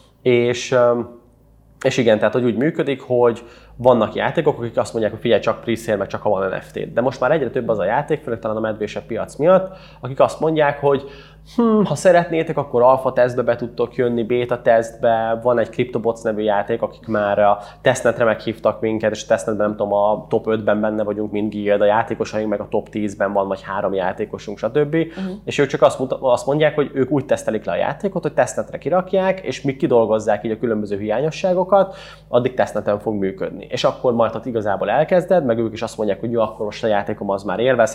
és igen, tehát hogy úgy működik, hogy vannak játékok, akik azt mondják, hogy figyelj, csak pre-sale, meg csak ha van NFT-t. De most már egyre több az a játék, főleg talán a medvésebb piac miatt, akik azt mondják, hogy ha szeretnétek, akkor alfa tesztbe be tudtok jönni, beta tesztbe, van egy CryptoBots nevű játék, akik már a tesztnetre meghívtak minket, és a tesztnetben nem tudom, a top 5-ben benne vagyunk, mint Guild, a játékosaink meg a top 10-ben van, vagy 3 játékosunk, stb. És ők csak azt mondják, hogy ők úgy tesztelik le a játékot, hogy tesztnetre kirakják, és míg kidolgozzák így a különböző hiányosságokat, addig tesztneten fog működni. És akkor majd, ha igazából elkezded, meg ők is azt mondják, hogy jó, akkor most a játékom az már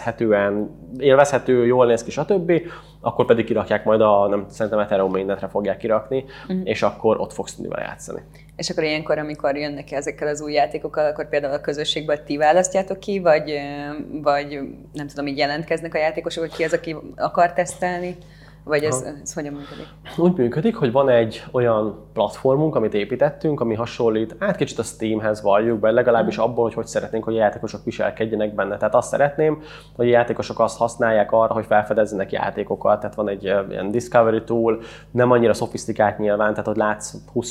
élvezhető, jól néz ki, stb., akkor pedig kirakják majd szerintem Ethereum mainnetre fogják kirakni, és akkor ott fogsz tudni vele játszani. És akkor ilyenkor, amikor jönnek ezekkel az új játékokkal, akkor például a közösségből ti választjátok ki, vagy nem tudom, így jelentkeznek a játékosok, hogy ki az, aki akar tesztelni? Vagy ez hogyan működik? Úgy működik, hogy van egy olyan platformunk, amit építettünk, ami hasonlít, kicsit a Steamhez valljuk be, legalábbis abból, hogy szeretnénk, hogy a játékosok viselkedjenek benne. Tehát azt szeretném, hogy a játékosok azt használják arra, hogy felfedezzenek játékokat. Tehát van egy ilyen discovery tool, nem annyira szofisztikált nyilván, tehát hogy látsz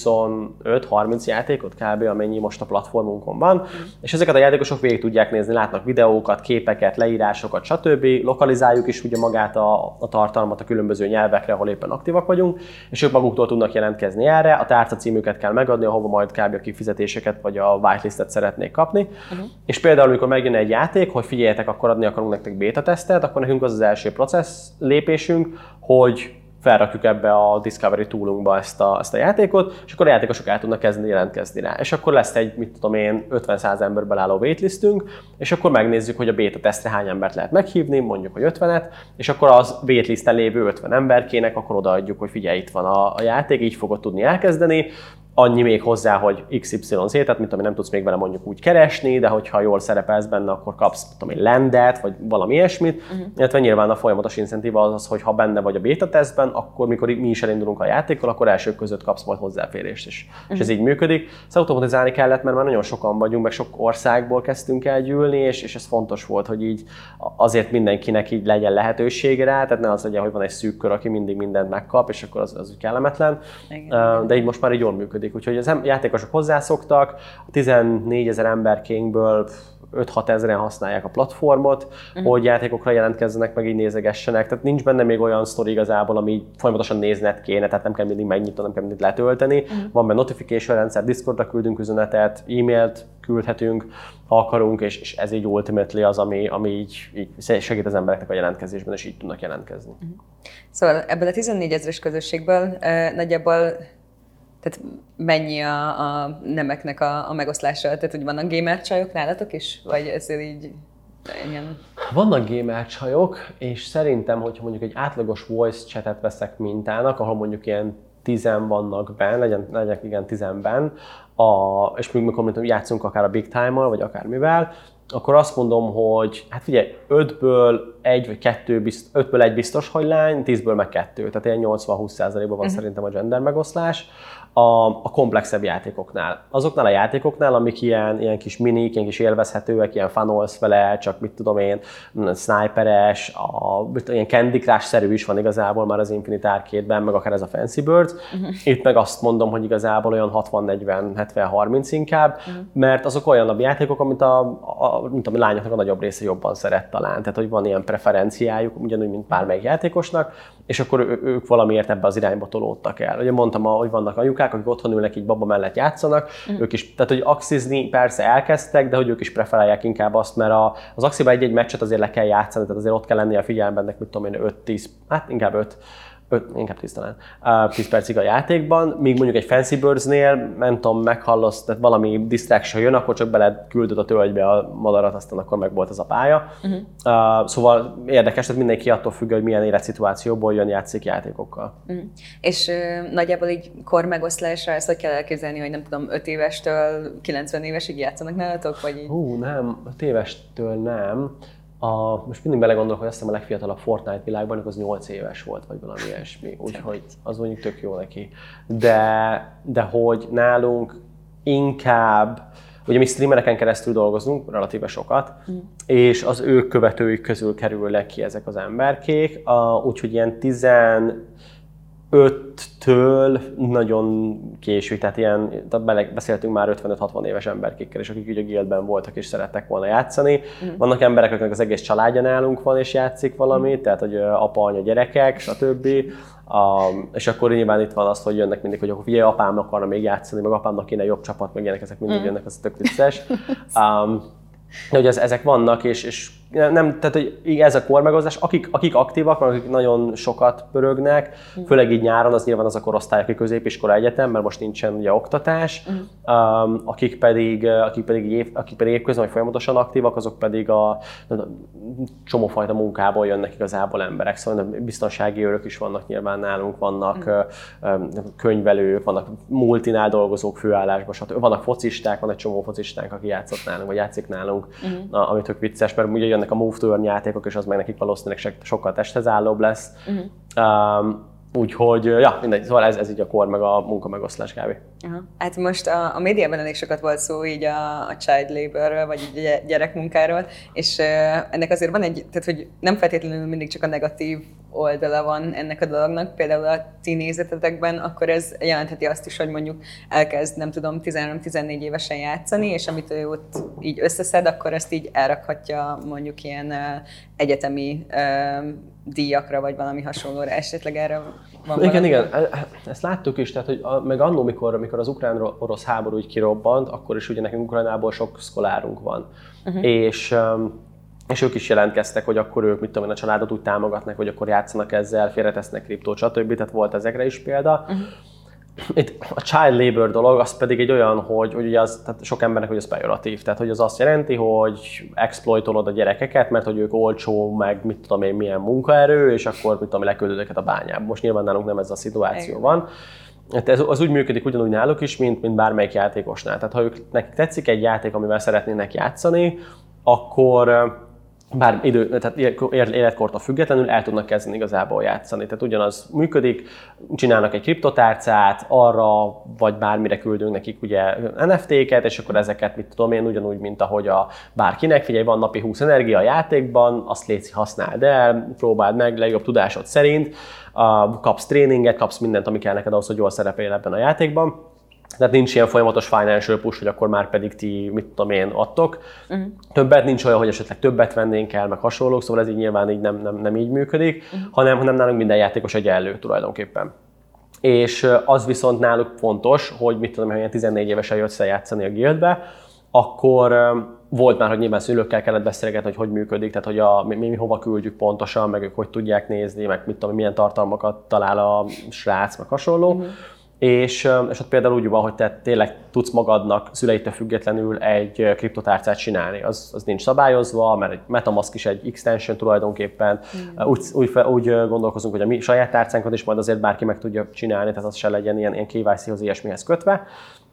25-30 játékot kb. Amennyi most a platformunkon van, és ezeket a játékosok végig tudják nézni, látnak videókat, képeket, leírásokat, stb. Lokalizáljuk is ugye magát a tartalmat a különböző nyelvekre, ahol éppen aktívak vagyunk, és ők maguktól tudnak jelentkezni erre, a tárca címüket kell megadni, ahova majd kb. A kifizetéseket vagy a whitelistet szeretnék kapni. És például, amikor megjön egy játék, hogy figyeljetek, akkor adni akarunk nektek beta tesztet, akkor nekünk az első processz lépésünk, hogy felrakjuk ebbe a Discovery toolunkba ezt a játékot, és akkor a játékosok el tudnak kezdeni jelentkezni rá. És akkor lesz egy, 50-100 emberből álló waitlistünk, és akkor megnézzük, hogy a beta tesztre hány embert lehet meghívni, mondjuk, hogy 50-et, és akkor az waitlisten lévő 50 emberkének akkor odaadjuk, hogy figyelj, itt van a játék, így fogod tudni elkezdeni. Annyi még hozzá, hogy XYZ, tehát mint ami nem tudsz még vele mondjuk úgy keresni, de hogyha jól szerepelsz benne, akkor kapsz egy landet, vagy valami ilyesmit. Illetve nyilván a folyamatos incentíva az, hogy ha benne vagy a beta tesztben, akkor mikor mi is elindulunk a játékkal, akkor elsők között kapsz majd hozzáférést is. És ez így működik. Ezt automatizálni kellett, mert már nagyon sokan vagyunk, meg sok országból kezdtünk el gyűlni, és ez fontos volt, hogy így azért mindenkinek így legyen lehetősége rá, tehát ne az legyen, hogy van egy szűk kör, aki mindig mindent megkap, és akkor az úgy kellemetlen. De így most már így jól működik. Úgyhogy az játékosok hozzászoktak, a 14 000 emberkénkből 5-6 ezeren használják a platformot, hogy játékokra jelentkezzenek, meg így nézegessenek. Tehát nincs benne még olyan sztori igazából, ami folyamatosan nézned kéne, tehát nem kell mindig megnyitni, nem kell mindig letölteni. Van benne notification rendszer, Discordra küldünk üzenetet, e-mailt küldhetünk, ha akarunk, és ez így ultimately az, ami így segít az embereknek a jelentkezésben, és így tudnak jelentkezni. Szóval ebből a 14 000-es közösségből nagyjából Tehát mennyi a nemeknek a megoszlása? Tehát, hogy vannak gamer csajok nálatok is? Vagy ez így ilyen... Vannak gamer csajok, és szerintem, hogyha mondjuk egy átlagos voice chatet veszek mintának, ahol mondjuk ilyen 10 vannak benn, legyenek igen 10 benn, és mikor játszunk akár a Big Time-mal, vagy akármivel, akkor azt mondom, hogy hát figyelj, 5-ből 1 vagy 2, 5-ből 1 biztos, hogy lány, 10-ből meg 2. Tehát ilyen 80-20%-ban van szerintem a gender megoszlás. A komplexebb játékoknál. Azoknál a játékoknál, amik ilyen kis minik, ilyen kis élvezhetőek, ilyen funnels vele, csak mit tudom én, sniperes, ilyen Candy Crush-szerű is van igazából már az Infinite Arcade-ben, meg akár ez a Fancy Birds. Itt meg azt mondom, hogy igazából olyan 60-40-70-30 inkább, mert azok olyan játékok, amit a lányoknak a nagyobb része jobban szeret talán. Tehát, hogy van ilyen preferenciájuk, ugyanúgy, mint bármelyik játékosnak, és akkor ők valamiért ebbe az irányba tolódtak el. Ugye mondtam, hogy vannak anyukák, akik otthon ülnek, így baba mellett játszanak, ők is, tehát hogy axizni persze elkezdtek, de hogy ők is preferálják inkább azt, mert az axiba egy meccset azért le kell játszani, tehát azért ott kell lennie a figyelemben, mit tudom én, 5-10, hát inkább 10 talán, 10 percig a játékban, míg mondjuk egy Fancy Birds-nél, nem tudom, meghallasz, tehát valami distraction jön, akkor csak beled küldöd a tölgybe a madarat, aztán akkor meg volt ez a pálya. Szóval érdekes, tehát mindenki attól függ, hogy milyen életszituációból jön, játszik játékokkal. És nagyjából így kormegoszlásra ezt hogy kell elképzelni, hogy nem tudom, 5 évestől 90 évesig játszanak nálatok? Vagy így? Nem, 5 évestől nem. Most mindig belegondolok, hogy azt hiszem a legfiatalabb Fortnite világban, az 8 éves volt, vagy valami ilyesmi, úgyhogy az mondjuk tök jó neki. De hogy nálunk inkább, ugye mi streamereken keresztül dolgozunk, relatíve sokat, és az ő követőik közül kerülnek ki ezek az emberkék, úgyhogy ilyen 15-től nagyon késő, tehát beszéltünk már 55-60 éves emberkékkel, és akik ugye a guildben voltak és szerettek volna játszani. Vannak emberek, akiknek az egész családja nálunk van és játszik valamit, tehát hogy apa, anya, gyerekek, stb. És akkor nyilván itt van az, hogy jönnek mindig, hogy akkor figyelj, apám akarna még játszani, meg apámnak kéne jobb csapat, meg ilyenek, ezek mindig jönnek, az tök vicces. De hogy ezek vannak, és nem, tehát hogy ez a kormegosztás, akik aktívak, akik nagyon sokat pörögnek, főleg így nyáron, az nyilván az a korosztály, aki középiskola, egyetem, mert most nincsen ugye oktatás, akik pedig évközben vagy folyamatosan aktívak, azok pedig a csomófajta munkából jönnek igazából emberek, szóval biztonsági őrök is vannak nyilván nálunk, vannak könyvelők, vannak multinál dolgozók főállásban, stb. Vannak focisták, van egy csomó focistánk, aki játszott nálunk, vagy játszik nálunk, ami tök vicces, mert ugye jönnek a Move to Earn játékok, és az meg nekik valószínűleg sokkal testhez állóbb lesz. Úgyhogy, ja, mindegy, szóval ez így a kor, meg a munkamegoszlás kb. Hát most a médiában elég sokat volt szó így a child laborről, vagy így a gyerekmunkáról, és ennek azért van tehát hogy nem feltétlenül mindig csak a negatív oldala van ennek a dolognak, például a ti nézetetekben, akkor ez jelentheti azt is, hogy mondjuk elkezd, nem tudom, 13-14 évesen játszani, és amit ő ott így összeszed, akkor ezt így elrakhatja mondjuk ilyen egyetemi díjakra, vagy valami hasonlóra, esetleg erre van valami? Igen, ezt láttuk is, tehát hogy meg annó, mikor az ukrán-orosz háború így kirobbant, akkor is ugye nekünk Ukrajnából sok szkolárunk van. És ők is jelentkeztek, hogy akkor ők, mit tudom én, a családot úgy támogatnak, hogy akkor játszanak ezzel, félretesznek kriptót, stb. Tehát volt ezekre is példa. Itt a child labor dolog, az pedig egy olyan, hogy ugye tehát sok embernek hogy az pejoratív, tehát hogy az azt jelenti, hogy exploitolod a gyerekeket, mert hogy ők olcsó, meg mit tudom én milyen munkaerő, és akkor mit tudom, leküldöd őket a bányába. Most nyilván nálunk nem ez a szituáció van. Ez az úgy működik ugyanúgy náluk is, mint bármelyik játékosnál. Tehát ha nekik tetszik egy játék, amivel szeretnének játszani, akkor tehát életkortól függetlenül el tudnak kezdeni igazából játszani. Tehát ugyanaz működik, csinálnak egy kriptotárcát, arra vagy bármire küldünk nekik ugye NFT-ket, és akkor ezeket, mit tudom én, ugyanúgy, mint ahogy bárkinek, figyelj, van napi 20 energia a játékban, azt léci, használd el, próbáld meg legjobb tudásod szerint, kapsz tréninget, kapsz mindent, ami kell neked ahhoz, hogy jól szerepelj ebben a játékban. Tehát nincs ilyen folyamatos financial push, hogy akkor már pedig ti, mit tudom én, adtok. Többet, nincs olyan, hogy esetleg többet vennénk el, meg hasonlók, szóval ez így nyilván így nem így működik, hanem nálunk minden játékos egyenlő tulajdonképpen. És az viszont náluk fontos, hogy mit tudom, ha 14 évesen jössz el játszani a guildbe, akkor volt már, hogy nyilván szülőkkel kellett beszélgetni, hogy működik, tehát hogy mi hova küldjük pontosan, meg ők hogy tudják nézni, meg mit tudom, milyen tartalmakat talál a srác, meg hasonló. és ott például úgy van, hogy te tényleg tudsz magadnak szüleitől függetlenül egy kriptotárcát csinálni. Az nincs szabályozva, mert egy MetaMask is egy extension tulajdonképpen. Úgy gondolkozunk, hogy a mi saját tárcánkat is majd azért bárki meg tudja csinálni, tehát az se legyen ilyen KYC-hoz, ilyesmihez kötve.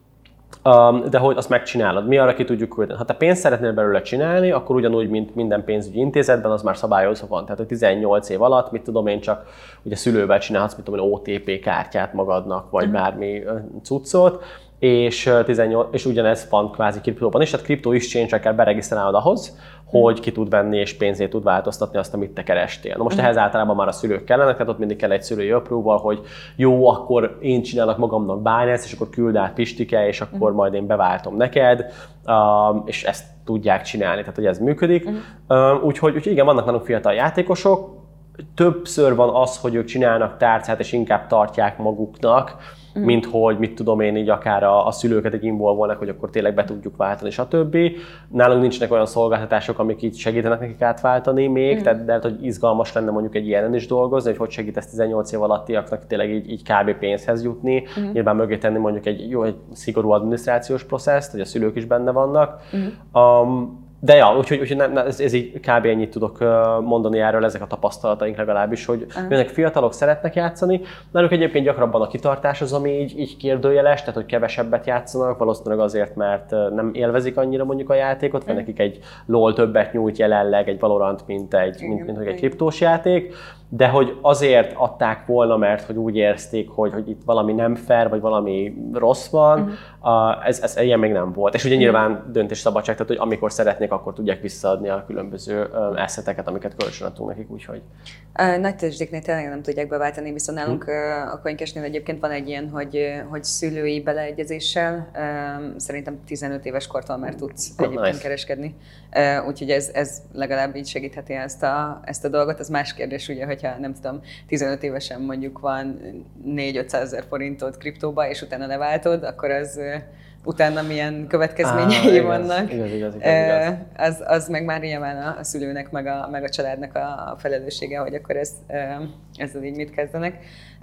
De hogy azt megcsinálod, mi arra ki tudjuk küldeni. Ha te pénzt szeretnél belőle csinálni, akkor ugyanúgy, mint minden pénzügyi intézetben, az már szabályozva van. Tehát, hogy 18 év alatt, mit tudom én, csak ugye szülővel csinálhatsz, mit tudom én, OTP kártyát magadnak, vagy bármi cuccot, és ugyanez van kvázi kriptóban is, tehát kriptó exchange-re kell beregisztrálnod ahhoz, hogy ki tud venni és pénzét tud változtatni azt, amit te kerestél. Na most ehhez általában már a szülők kellenek, tehát ott mindig kell egy szülői approval, hogy jó, akkor én csinálok magamnak Binance, és akkor küld át Pistike, és akkor majd én beváltom neked, és ezt tudják csinálni, tehát hogy ez működik. Úgyhogy igen, vannak nálunk fiatal játékosok, többször van az, hogy ők csinálnak tárcát, és inkább tartják maguknak, mint hogy, mit tudom én, így akár a szülőket egy involvolnak, hogy akkor tényleg be tudjuk váltani, stb. Nálunk nincsenek olyan szolgáltatások, amik így segítenek nekik átváltani még, tehát de hogy izgalmas lenne mondjuk egy ilyenen is dolgozni, hogy segítesz 18 év alattiaknak tényleg így kb. Pénzhez jutni. Nyilván mögé tenni mondjuk egy szigorú adminisztrációs processzt, hogy a szülők is benne vannak. De ja, úgyhogy ez így kb. Ennyit tudok mondani erről, ezek a tapasztalataink legalábbis, hogy önök fiatalok szeretnek játszani, náluk egyébként gyakrabban a kitartás az, ami így kérdőjeles, tehát hogy kevesebbet játszanak, valószínűleg azért, mert nem élvezik annyira mondjuk a játékot, vagy nekik egy LOL többet nyújt jelenleg egy Valorant, mint egy kriptós játék, de hogy azért adták volna, mert hogy úgy érezték, hogy itt valami nem fair, vagy valami rossz van, ez ilyen még nem volt. És ugye nyilván döntésszabadság, tehát hogy amikor szeretnék, akkor tudják visszaadni a különböző asszeteket, amiket kölcsönadtunk nekik, úgyhogy. Nagy tőzsdéknél tényleg nem tudják beváltani, viszont nálunk a CoinCashnél egyébként van egy ilyen, hogy szülői beleegyezéssel, szerintem 15 éves kortól már tudsz egyébként kereskedni. Úgyhogy ez legalább így segítheti ezt a dolgot. Az más kérdés, ugye, hogyha nem tudom, 15 évesen mondjuk van 400-500 ezer forintot kriptóba, és utána leváltod, akkor az utána milyen következményei vannak. Igaz. Az meg már nyilván a szülőnek, meg a családnak a felelőssége, hogy akkor ezzel így mit kezdenek.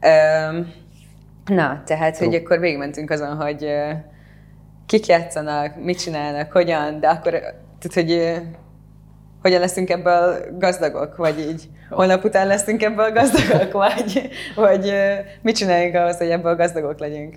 Na, tehát, hogy akkor végigmentünk azon, hogy kik játszanak, mit csinálnak, hogyan, de akkor, tehát, hogy hogyan leszünk ebből gazdagok, vagy így holnap után leszünk ebből gazdagok, vagy mit csináljunk ahhoz, hogy ebből gazdagok legyünk?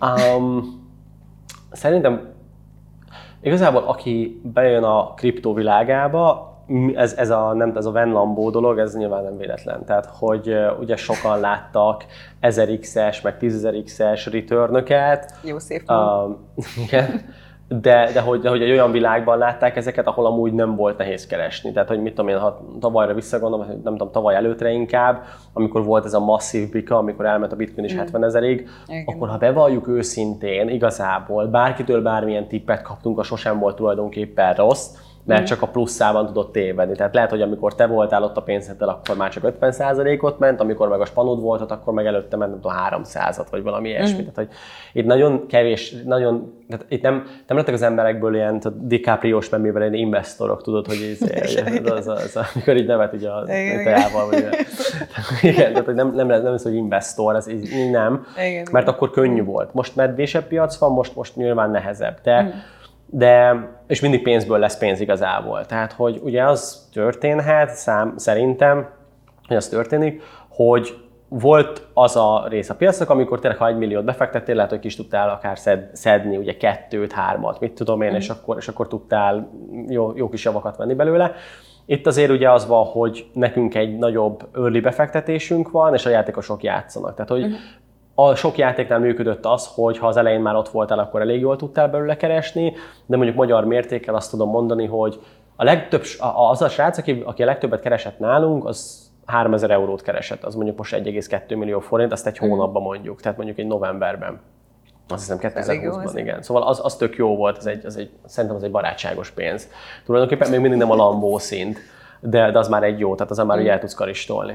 Szerintem igazából aki bejön a kriptovilágába, ez a Van Lambó dolog, ez nyilván nem véletlen. Tehát, hogy ugye sokan láttak 1000x-es, meg 10.000x-es return-öket. Jó szép. Igen. De hogy egy olyan világban látták ezeket, ahol amúgy nem volt nehéz keresni. Tehát, hogy mit tudom én, ha tavalyra visszagondolom, nem tudom, tavaly előtre inkább, amikor volt ez a masszív bika, amikor elment a bitcoin is 70 000-ig, akkor ha bevalljuk őszintén, igazából bárkitől bármilyen tippet kaptunk, a sosem volt tulajdonképpen rossz, mert csak a pluszában tudott tévedni. Tehát lehet, hogy amikor te voltál ott a pénzeddel, akkor már csak 50%-ot ment, amikor meg a spanod volt ott, akkor meg előtte ment, nem tudom, 300-at, vagy valami ilyesmi. Tehát, hogy itt nagyon kevés, tehát itt nem lettek az emberekből ilyen DiCaprio-s memében ilyen investorok, tudod, hogy amikor így nevet így a teával, vagy igen, tehát hogy nem lesz, hogy investor, ez így nem, mert akkor könnyű volt. Most medvésebb piac van, most nyilván nehezebb. De és mindig pénzből lesz pénz igazából. Tehát, hogy ugye az történhet, szerintem, hogy az történik, hogy volt az a rész a piacnak, amikor tényleg, ha 1 milliót befektettél, lehet, hogy ki is tudtál akár szedni ugye 2-t, 3-at, mit tudom én, és akkor tudtál jó kis javakat venni belőle. Itt azért ugye az van, hogy nekünk egy nagyobb early befektetésünk van, és a játékosok játszanak. Tehát, hogy a sok játéknál működött az, hogy ha az elején már ott voltál, akkor elég jól tudtál belőle keresni, de mondjuk magyar mértékkel azt tudom mondani, hogy az a srác, aki a legtöbbet keresett nálunk, az 3000 eurót keresett, az mondjuk most 1,2 millió forint, azt egy hónapban mondjuk, tehát mondjuk egy novemberben. Azt hiszem 2020-ban, igen. Szóval az tök jó volt, szerintem az egy barátságos pénz. Tulajdonképpen még mindig nem a Lambó szint, de az már egy jó, tehát az már el tudsz karistolni.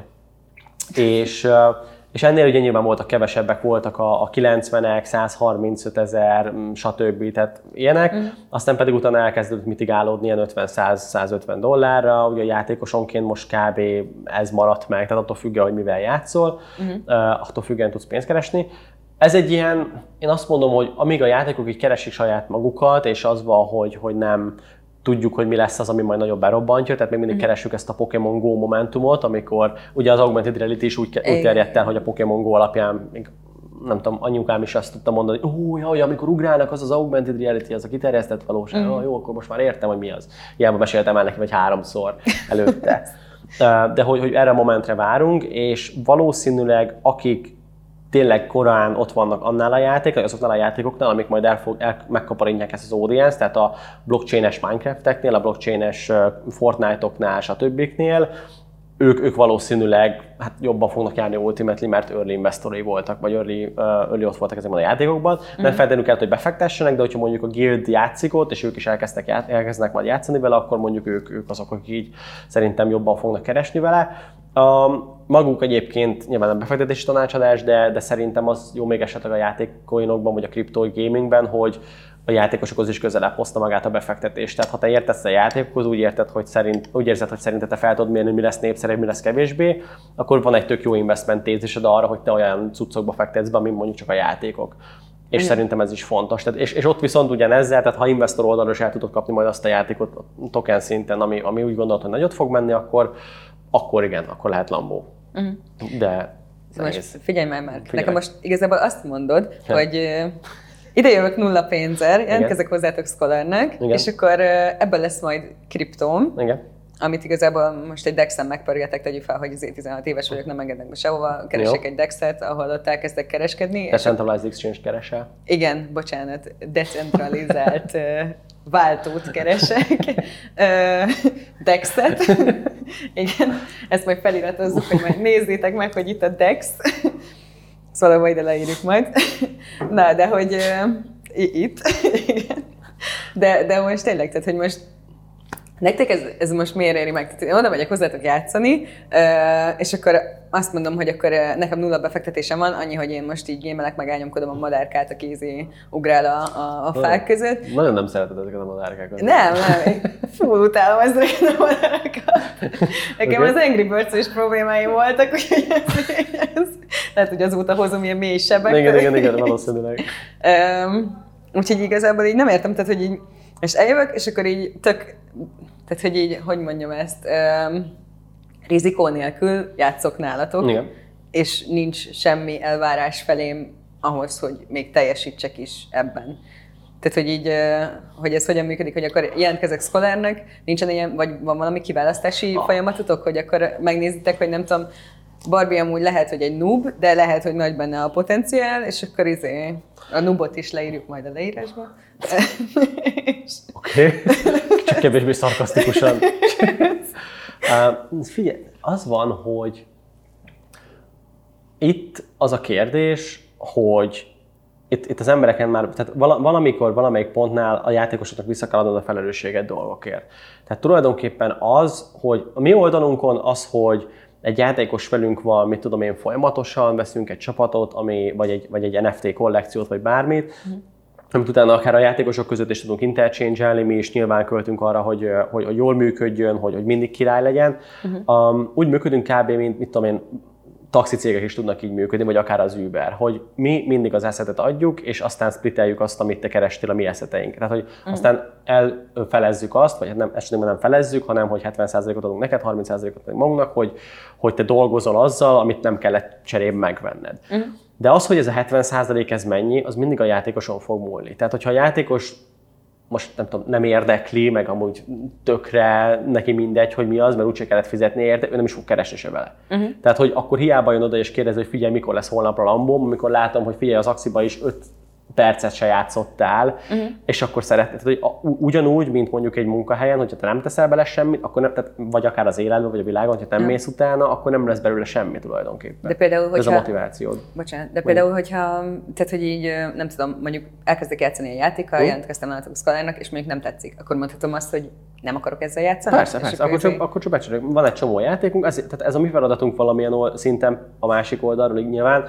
És ennél ugye nyilván voltak kevesebbek, voltak a 90-ek, 135 000, stb. Tehát ilyenek. Aztán pedig utána elkezdődött mitigálódni ilyen 50-100-150 dollárra. Ugye a játékosonként most kb. Ez maradt meg, tehát attól függően, hogy mivel játszol, attól függően tudsz pénzt keresni. Ez egy ilyen, én azt mondom, hogy amíg a játékok így keresik saját magukat, és az van, hogy nem tudjuk, hogy mi lesz az, ami majd nagyobb berobbantja, tehát még mindig keressük ezt a Pokémon Go momentumot, amikor ugye az Augmented Reality is úgy terjedt el, hogy a Pokémon Go alapján még nem tudom, anyukám is azt tudta mondani, hogy amikor ugrálnak, az Augmented Reality, az a kiterjesztett valóság. Jó, akkor most már értem, hogy mi az. Hiába meséltem el neki vagy 3-szor előtte. De hogy erre a momentre várunk, és valószínűleg akik tényleg korán ott vannak annál a játékoknál, azoknál a játékoknál, amik majd megkaparintják ezt az audience, tehát a blockchain-es Minecraft-eknél, a blockchain-es Fortnite-oknál, stb. Ők valószínűleg jobban fognak járni ultimately, mert early investorai voltak, vagy early ott voltak ezekben a játékokban. Nem feltétlenül kellett, hogy befektessenek, de hogyha mondjuk a guild játszik ott, és ők is elkezdenek majd játszani vele, akkor mondjuk ők azok, akik így szerintem jobban fognak keresni vele. Maguk egyébként nyilván nem befektetési tanácsadás, de szerintem az jó még esetleg a játékcoinokban, vagy a crypto gamingben, hogy a játékosokhoz is közelebb hozta magát a befektetést. Tehát ha te értesz a játékokhoz, úgy érzed, hogy szerinted te fel tudod mérni, mi lesz népszerűbb, mi lesz kevésbé, akkor van egy tök jó investment tézised arra, hogy te olyan cuccokba fektetsz be, mint mondjuk csak a játékok. És szerintem ez is fontos. Tehát, és ott viszont ugyanezzel, tehát ha investor oldalról is el tudod kapni majd azt a játékot token szinten, ami úgy gondolod, hogy nagyot fog menni, akkor igen, akkor lehet Lambó. De most figyelj már, nekem most igazából azt mondod, hogy ide jövök nulla pénzzel, jelentkezek hozzátok Scholarnak, és akkor ebből lesz majd kriptóm, amit igazából most egy DEX-en megpörgetek, tegyük fel, hogy 16 éves vagyok, nem engednek be sehova, keresek egy DEX-et, ahol ott elkezdek kereskedni. Decentralized Exchange keresel? Igen, bocsánat, decentralizált váltót keresek, DEX-et. Igen, ezt majd feliratozzuk, hogy majd nézzétek meg, hogy itt a DEX. Szóval majd ide leírjuk majd. Na, de hogy itt, igen. De most tényleg, tehát hogy most nektek ez most miért éri meg? Tehát én oda megyek hozzátok játszani, és akkor azt mondom, hogy akkor nekem nulla befektetésem van, annyi, hogy én most így gémelek, meg elnyomkodom a madárkát, aki ugrál a fák között. Nagyon nem szereted ezeket a madárkákat. Nem. Full utálom ezeket a madárkákat. Nekem az Angry Birds is problémáim voltak, úgyhogy ez lehet, hogy azóta hozom ilyen mély sebek. Igen, valószínűleg. Úgyhogy igazából így nem értem, tehát hogy így, és eljövök, és akkor így tehát hogy így, hogy mondjam ezt, rizikó nélkül játszok nálatok, és nincs semmi elvárás felém ahhoz, hogy még teljesítsek is ebben. Tehát, hogy így, hogy ez hogyan működik, hogy akkor jelentkezek Scholarnak, nincsen ilyen, vagy van valami kiválasztási folyamatotok, hogy akkor megnézitek, hogy nem tudom, Barbie amúgy lehet, hogy egy noob, de lehet, hogy nagy benne a potenciál, és akkor a noobot is leírjuk majd a leírásba. Oké. Csak kevésbé szarkasztikusan. Figyelj, az van, hogy itt az a kérdés, hogy itt az embereken már, tehát valamikor, valamelyik pontnál a játékosoknak vissza kell adnod a felelősséget dolgokért. Tehát tulajdonképpen az, hogy a mi oldalunkon az, hogy egy játékos velünk van, mit tudom én, folyamatosan veszünk egy csapatot, vagy egy NFT kollekciót, vagy bármit, amit utána akár a játékosok között is tudunk interchange-elni, mi is nyilván költünk arra, hogy jól működjön, hogy mindig király legyen. Úgy működünk kb. Mint mit tudom én, taxicégek is tudnak így működni, vagy akár az Uber, hogy mi mindig az assetet adjuk, és aztán spliteljük azt, amit te kerestél a mi asseteink. Tehát, hogy aztán elfelezzük azt, vagy nem, esetleg nem felezzük, hanem hogy 70%-ot adunk neked, 30%-ot adunk magunknak, hogy te dolgozol azzal, amit nem kellett cserébe megvenned. De az, hogy ez a 70% ez mennyi, az mindig a játékoson fog múlni. Tehát, hogyha a játékos most nem tudom, nem érdekli, meg amúgy tökre neki mindegy, hogy mi az, mert úgyse kellett fizetni érte, ő nem is fog keresni se vele. Tehát, hogy akkor hiába jön oda és kérdezi, hogy figyelj, mikor lesz holnapra Lambóm, amikor látom, hogy figyelj, az Axiba is 5 percet se játszottál, és akkor szeretnéd, hogy ugyanúgy, mint mondjuk egy munkahelyen, hogyha te nem teszel bele semmit, akkor nem, tehát vagy akár az életben, vagy a világon, hogyha nem mész utána, akkor nem lesz belőle semmi tulajdonképpen. De például, ez a motivációd. Bocsánat, de például, hogyha, tehát hogy így, nem tudom, mondjuk elkezdek játszani a játékkal, jelentkeztem nálatok Scholarnak, és mondjuk nem tetszik, akkor mondhatom azt, hogy nem akarok ezzel játszani? Persze, akkor csak becserélünk. Van egy csomó játékunk, tehát ez a mi feladatunk valamilyen szinten a másik oldalról, így nyilván,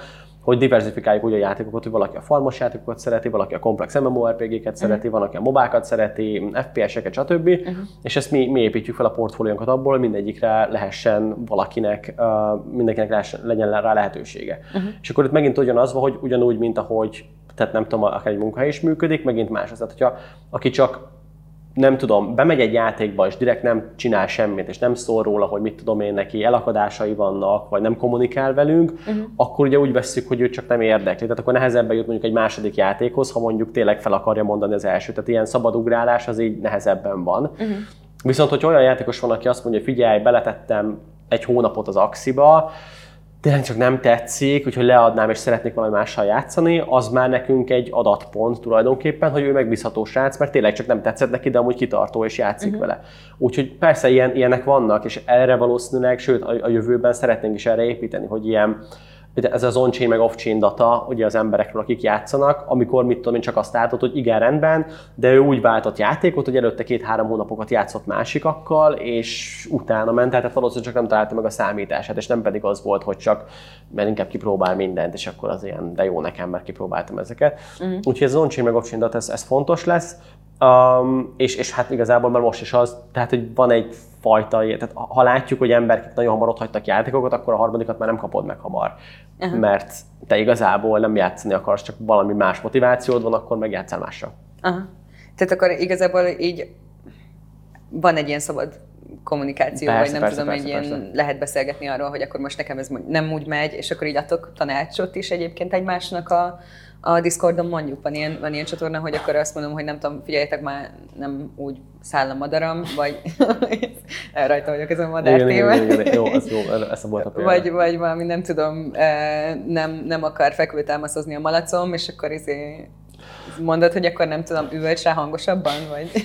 hogy diversifikáljuk úgy a játékokat, hogy valaki a farmos játékokat szereti, valaki a komplex MMORPG-ket szereti, valaki a mobákat szereti, FPS-eket, stb. És ezt mi építjük fel a portfóliónkat abból, hogy mindegyikre lehessen mindenkinek legyen rá lehetősége. És akkor itt megint ugyanaz van, hogy ugyanúgy, mint ahogy, tehát nem tudom, akár egy munkahely is működik, megint más az. Tehát, hogyha aki csak nem tudom, bemegy egy játékba, és direkt nem csinál semmit, és nem szól róla, hogy mit tudom én, neki elakadásai vannak, vagy nem kommunikál velünk, akkor ugye úgy vesszük, hogy őt csak nem érdekli. Tehát akkor nehezebben jut mondjuk egy második játékhoz, ha mondjuk tényleg fel akarja mondani az elsőt. Tehát ilyen szabad ugrálás az így nehezebben van. Viszont, hogy olyan játékos van, aki azt mondja, hogy figyelj, beletettem egy hónapot az Axiba, tényleg csak nem tetszik, úgyhogy leadnám és szeretnék valami mással játszani, az már nekünk egy adatpont tulajdonképpen, hogy ő megbízható srác, mert tényleg csak nem tetszett neki, de amúgy kitartó és játszik vele. Úgyhogy persze ilyenek vannak, és erre valószínűleg, sőt a jövőben szeretnénk is erre építeni, hogy ilyen, ez az on-chain meg off-chain data ugye az emberekről, akik játszanak, amikor mit tudom én csak azt látod, hogy igen, rendben, de ő úgy váltott játékot, hogy előtte 2-3 hónapokat játszott másikakkal, és utána ment, tehát valószínűleg csak nem találta meg a számítását, és nem pedig az volt, hogy csak mert inkább kipróbál mindent, és akkor az ilyen, de jó nekem, mert kipróbáltam ezeket. Úgyhogy ez az on-chain meg off-chain data, ez fontos lesz. És hát igazából már most is az, tehát hogy van egy fajta, tehát ha látjuk, hogy emberek nagyon hamar otthagytak játékokat, akkor a harmadikat már nem kapod meg hamar. Mert te igazából nem játszani akarsz, csak valami más motivációd van, akkor megjátszál mással. Tehát akkor igazából így van egy ilyen szabad kommunikáció, persze, vagy nem tudom, egy ilyen lehet beszélgetni arról, hogy akkor most nekem ez nem úgy megy, és akkor így adtok tanácsot is egyébként egymásnak a Discordon mondjuk, van ilyen csatorna, hogy akkor azt mondom, hogy nem tudom, figyeljetek már, nem úgy száll a madaram, vagy rajta vagyok ezen a madár témán. Igen. Jó, ez jó, ez volt a példa. Vagy valami, nem tudom, nem akar fekvőtámaszozni a malacom, és akkor mondod, hogy akkor nem tudom, üvölts rá hangosabban, vagy...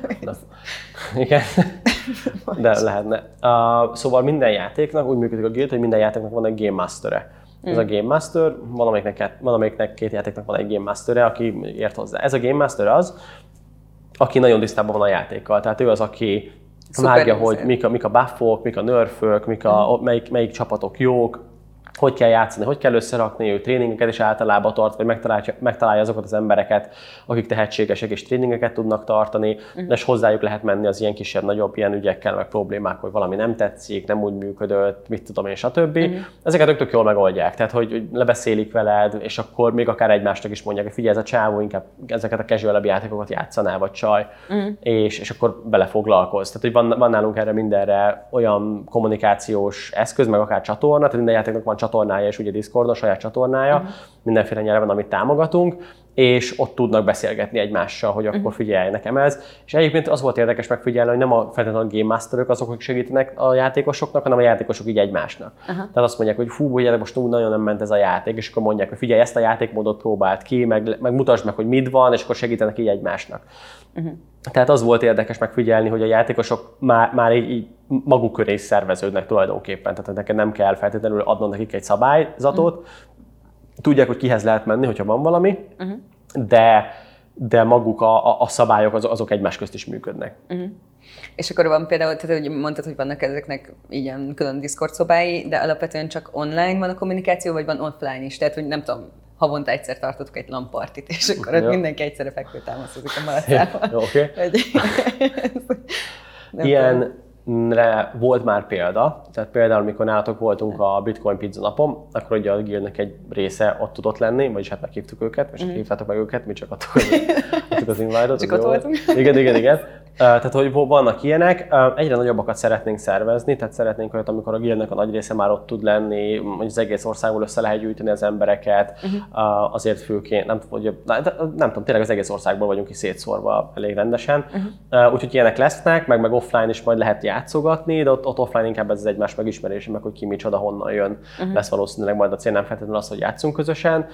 Igen, de lehetne. Szóval minden játéknak úgy működik a guild, hogy minden játéknak van egy Game Master-e. Ez a Game Master, valamelyiknek 2 játéknak van egy Game Master-e, aki ért hozzá. Ez a Game Master az, aki nagyon tisztában van a játékkal. Tehát ő az, aki vágja, hogy mik a buffok, mik a nerfök, melyik csapatok jók, hogy kell játszani, hogy kell összerakni, ő tréningeket is általában tart, vagy megtalálja azokat az embereket, akik tehetségesek és tréningeket tudnak tartani, és hozzájuk lehet menni az ilyen kisebb-nagyobb ilyen ügyekkel, meg problémák, hogy valami nem tetszik, nem úgy működött, mit tudom én, stb. Ezeket ők tök jól megoldják, tehát hogy lebeszélik veled, és akkor még akár egymásnak is mondják, hogy figyelj, ez a csávó inkább ezeket a casual játékokat játszaná, vagy csaj, és akkor belefoglalkozz. Tehát, hogy van nálunk erre mindenre olyan kommunikációs eszköz, meg akár csatorna, tehát minden játéknak van csatornája, és ugye Discordon saját csatornája, mindenféle nyelven, amit támogatunk, és ott tudnak beszélgetni egymással, hogy akkor figyelj, nekem ez. És egyébként az volt érdekes megfigyelni, hogy nem feltétlenül a Game Masterök azok, akik segítenek a játékosoknak, hanem a játékosok így egymásnak. Tehát azt mondják, hogy fú, ugye most úgy nagyon nem ment ez a játék, és akkor mondják, hogy figyelj, ezt a játékmódot próbált ki, meg mutasd meg, hogy mit van, és akkor segítenek így egymásnak. Tehát az volt érdekes megfigyelni, hogy a játékosok már így maguk köré is szerveződnek tulajdonképpen. Tehát neked nem kell feltétlenül adnod nekik egy szabályzatot, tudják, hogy kihez lehet menni, hogyha van valami, de maguk a szabályok azok egymás közt is működnek. És akkor van például, tehát hogy mondtad, hogy vannak ezeknek ilyen külön Discord szobái, de alapvetően csak online van a kommunikáció, vagy van offline is? Tehát, hogy nem tudom, havonta egyszer tartottuk egy LAN-partit, és akkor ott mindenki egyszerre fekvőtámaszodik a malacával. Oké. Ilyenre volt már példa, tehát például, amikor nálatok voltunk a Bitcoin Pizza napon, akkor ugye a guildnek egy része ott tudott lenni, vagyis hát meghívtuk őket, és hívtátok meg őket, mi csak adtuk az invite-ot. Csak ott voltunk. Igen. Tehát, hogy vannak ilyenek, egyre nagyobbakat szeretnénk szervezni, tehát szeretnénk olyat, amikor a guildnek a nagy része már ott tud lenni, hogy az egész országból össze lehet gyűjteni az embereket, azért főként, nem tudom, tényleg az egész országból vagyunk ki szétszórva elég rendesen, úgyhogy ilyenek lesznek, meg offline is majd lehet játszogatni, de ott offline inkább ez az egymás megismerése, meg hogy ki micsoda, honnan jön, lesz valószínűleg majd a cél, nem feltétlenül az, hogy játszunk közösen.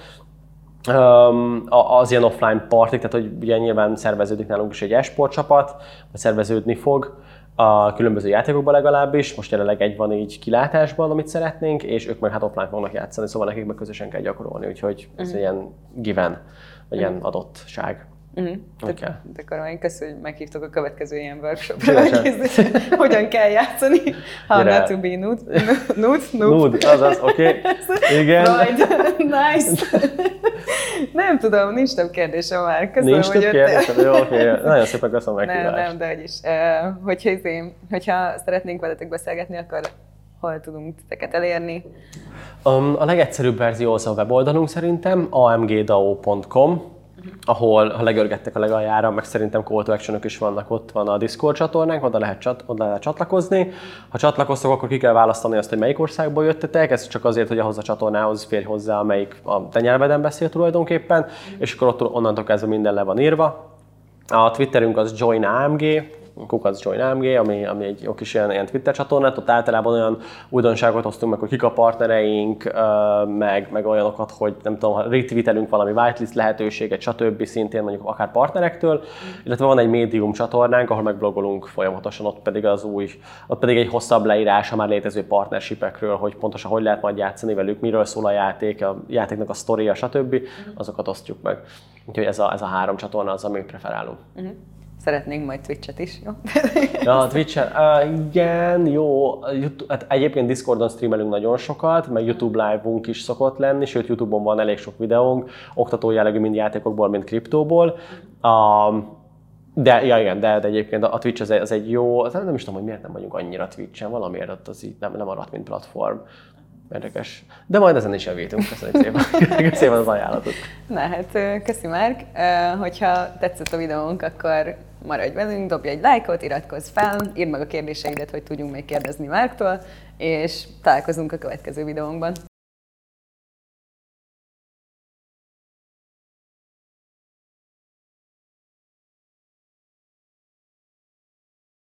Az ilyen offline partik, tehát hogy ugye nyilván szerveződik nálunk is egy e-sport csapat, vagy szerveződni fog a különböző játékokban legalábbis, most jelenleg egy van így kilátásban, amit szeretnénk, és ők meg hát offline fognak játszani, szóval nekik meg közösen kell gyakorolni, úgyhogy ez ilyen given, vagy ilyen adottság. Okay. Akkor majd köszönjük, hogy meghívtok a következő ilyen workshopra, hogyan kell játszani. How not to be nude. Azaz, oké. Igen. Nice. Nem tudom, nincs több kérdésem már. Köszönöm, nincs több kérdésem? Jó, oké. Nagyon szépen köszönöm a meghívást. Nem, de hogy is. Hogyha szeretnénk veletek beszélgetni, akkor hol tudunk titeket elérni? A legegyszerűbb verzió az a weboldalunk szerintem, amgdao.com, ahol, ha legörgettek a legaljára, meg szerintem call to action-ök is vannak, ott van a Discord csatornánk, oda lehet csatlakozni. Ha csatlakoztok, akkor ki kell választani azt, hogy melyik országból jöttetek, ez csak azért, hogy ahhoz a csatornához férj hozzá, amelyik a te nyelveden beszél tulajdonképpen, és akkor ott onnantól kezdve minden le van írva. A Twitterünk az joinamg, @joinamg, ami egy jó kis ilyen Twitter csatornát, ott általában olyan újdonságot hoztunk meg, hogy kik a partnereink, meg olyanokat, hogy nem tudom, ha retweetelünk valami whitelist lehetőséget, stb. Szintén mondjuk akár partnerektől, illetve van egy Medium csatornánk, ahol megblogolunk folyamatosan, ott pedig egy hosszabb leírás a már létező partnershipekről, hogy pontosan hogy lehet majd játszani velük, miről szól a játéknak a sztoria, stb. Azokat osztjuk meg. Úgyhogy ez a 3 csatorna az, amit preferálunk. Szeretnénk majd Twitch-et is, jó? Ja, Twitch-et, igen, jó. Hát egyébként Discordon streamelünk nagyon sokat, meg YouTube live-unk is szokott lenni, sőt YouTube-on van elég sok videónk, oktató jellegű mind játékokból, mind kriptóból. De egyébként a Twitch az egy jó, nem is tudom, hogy miért nem vagyunk annyira Twitch-en, valamiért ott az így nem maradt, mint platform. Érdekes. De majd ezen is javítunk. Köszönjük szépen az ajánlatot. Na hát, köszi Márk. Hogyha tetszett a videónk, akkor maradj velünk, dobj egy lájkot, iratkozz fel, írd meg a kérdéseidet, hogy tudjunk még kérdezni Márktól, és találkozunk a következő videónkban.